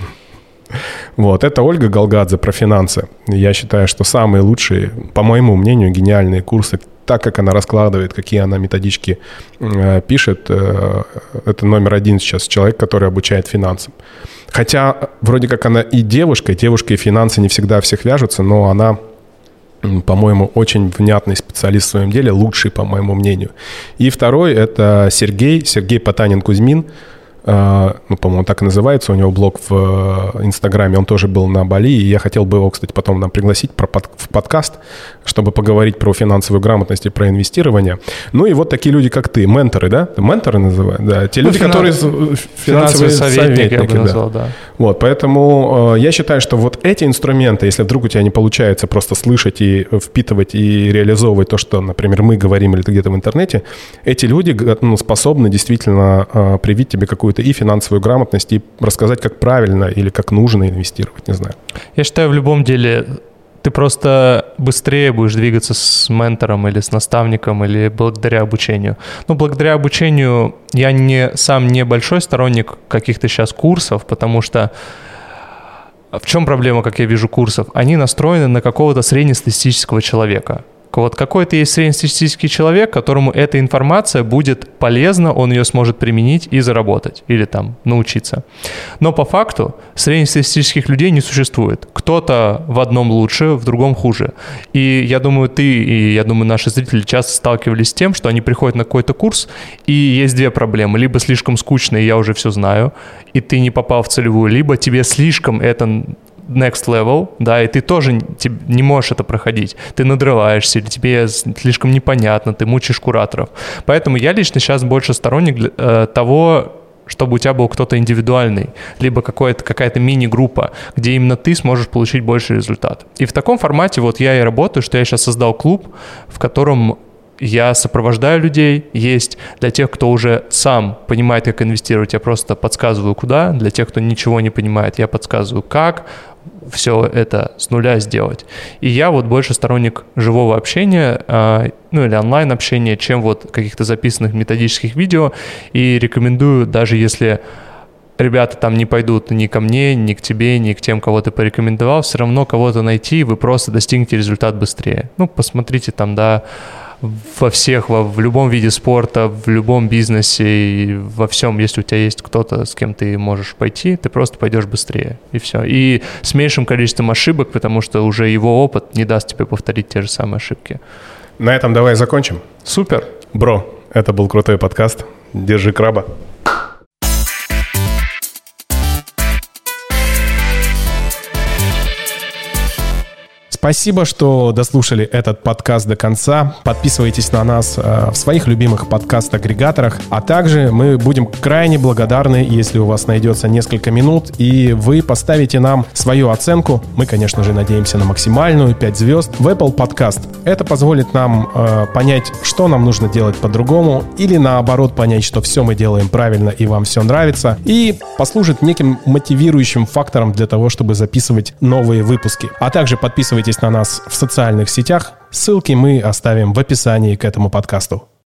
Вот, это Ольга Голгадзе про финансы. Я считаю, что самые лучшие, по моему мнению, гениальные курсы, так как она раскладывает, какие она методички э, пишет, э, это номер один сейчас человек, который обучает финансам. Хотя вроде как она и девушка, и девушка, и финансы не всегда всех вяжутся, но она, по-моему, очень внятный специалист в своем деле, лучший, по моему мнению. И второй – это Сергей, Сергей Потанин-Кузьмин. Ну, по-моему, так и называется, у него блог в Инстаграме, он тоже был на Бали, и я хотел бы его, кстати, потом нам пригласить в подкаст, чтобы поговорить про финансовую грамотность и про инвестирование. Ну и вот такие люди, как ты, менторы, да? Менторы называют? Да, те ну, люди, финанс... которые финансовые советники, советники я бы да. назвал, да. Вот, поэтому э, я считаю, что вот эти инструменты, если вдруг у тебя не получается просто слышать и впитывать и реализовывать то, что, например, мы говорим или ты где-то в интернете, эти люди ну, способны действительно э, привить тебе какую-то и финансовую грамотность, и рассказать, как правильно или как нужно инвестировать, не знаю. Я считаю, в любом деле ты просто быстрее будешь двигаться с ментором или с наставником, или благодаря обучению. Ну, благодаря обучению я не, сам не большой сторонник каких-то сейчас курсов, потому что в чем проблема, как я вижу, курсов? Они настроены на какого-то среднестатистического человека. Вот какой-то есть среднестатистический человек, которому эта информация будет полезна, он ее сможет применить и заработать, или там научиться. Но по факту среднестатистических людей не существует. Кто-то в одном лучше, в другом хуже. И я думаю, ты и я думаю, наши зрители часто сталкивались с тем, что они приходят на какой-то курс, и есть две проблемы. Либо слишком скучно, и я уже все знаю, и ты не попал в целевую, либо тебе слишком это... next level, да, и ты тоже не можешь это проходить. Ты надрываешься, или тебе слишком непонятно, ты мучаешь кураторов. Поэтому я лично сейчас больше сторонник э, того, чтобы у тебя был кто-то индивидуальный, либо какая-то, какая-то мини-группа, где именно ты сможешь получить больший результат. И в таком формате вот я и работаю, что я сейчас создал клуб, в котором я сопровождаю людей. Есть для тех, кто уже сам понимает, как инвестировать, я просто подсказываю, куда. Для тех, кто ничего не понимает, я подсказываю, как все это с нуля сделать. И я вот больше сторонник живого общения, э, ну или онлайн-общения, чем вот каких-то записанных методических видео. И рекомендую, даже если ребята там не пойдут ни ко мне, ни к тебе, ни к тем, кого ты порекомендовал, все равно кого-то найти, вы просто достигнете результат быстрее. Ну, посмотрите там, да, во всех, во, в любом виде спорта, в любом бизнесе, и во всем, если у тебя есть кто-то, с кем ты можешь пойти, ты просто пойдешь быстрее, и все. И с меньшим количеством ошибок, потому что уже его опыт не даст тебе повторить те же самые ошибки. На этом давай закончим. Супер. Бро, это был крутой подкаст. Держи краба. Спасибо, что дослушали этот подкаст до конца. Подписывайтесь на нас э, в своих любимых подкаст-агрегаторах. А также мы будем крайне благодарны, если у вас найдется несколько минут, и вы поставите нам свою оценку. Мы, конечно же, надеемся на максимальную, пять звезд, в Apple Podcast. Это позволит нам э, понять, что нам нужно делать по-другому, или наоборот понять, что все мы делаем правильно и вам все нравится, и послужит неким мотивирующим фактором для того, чтобы записывать новые выпуски. А также подписывайтесь на нас в социальных сетях. Ссылки мы оставим в описании к этому подкасту.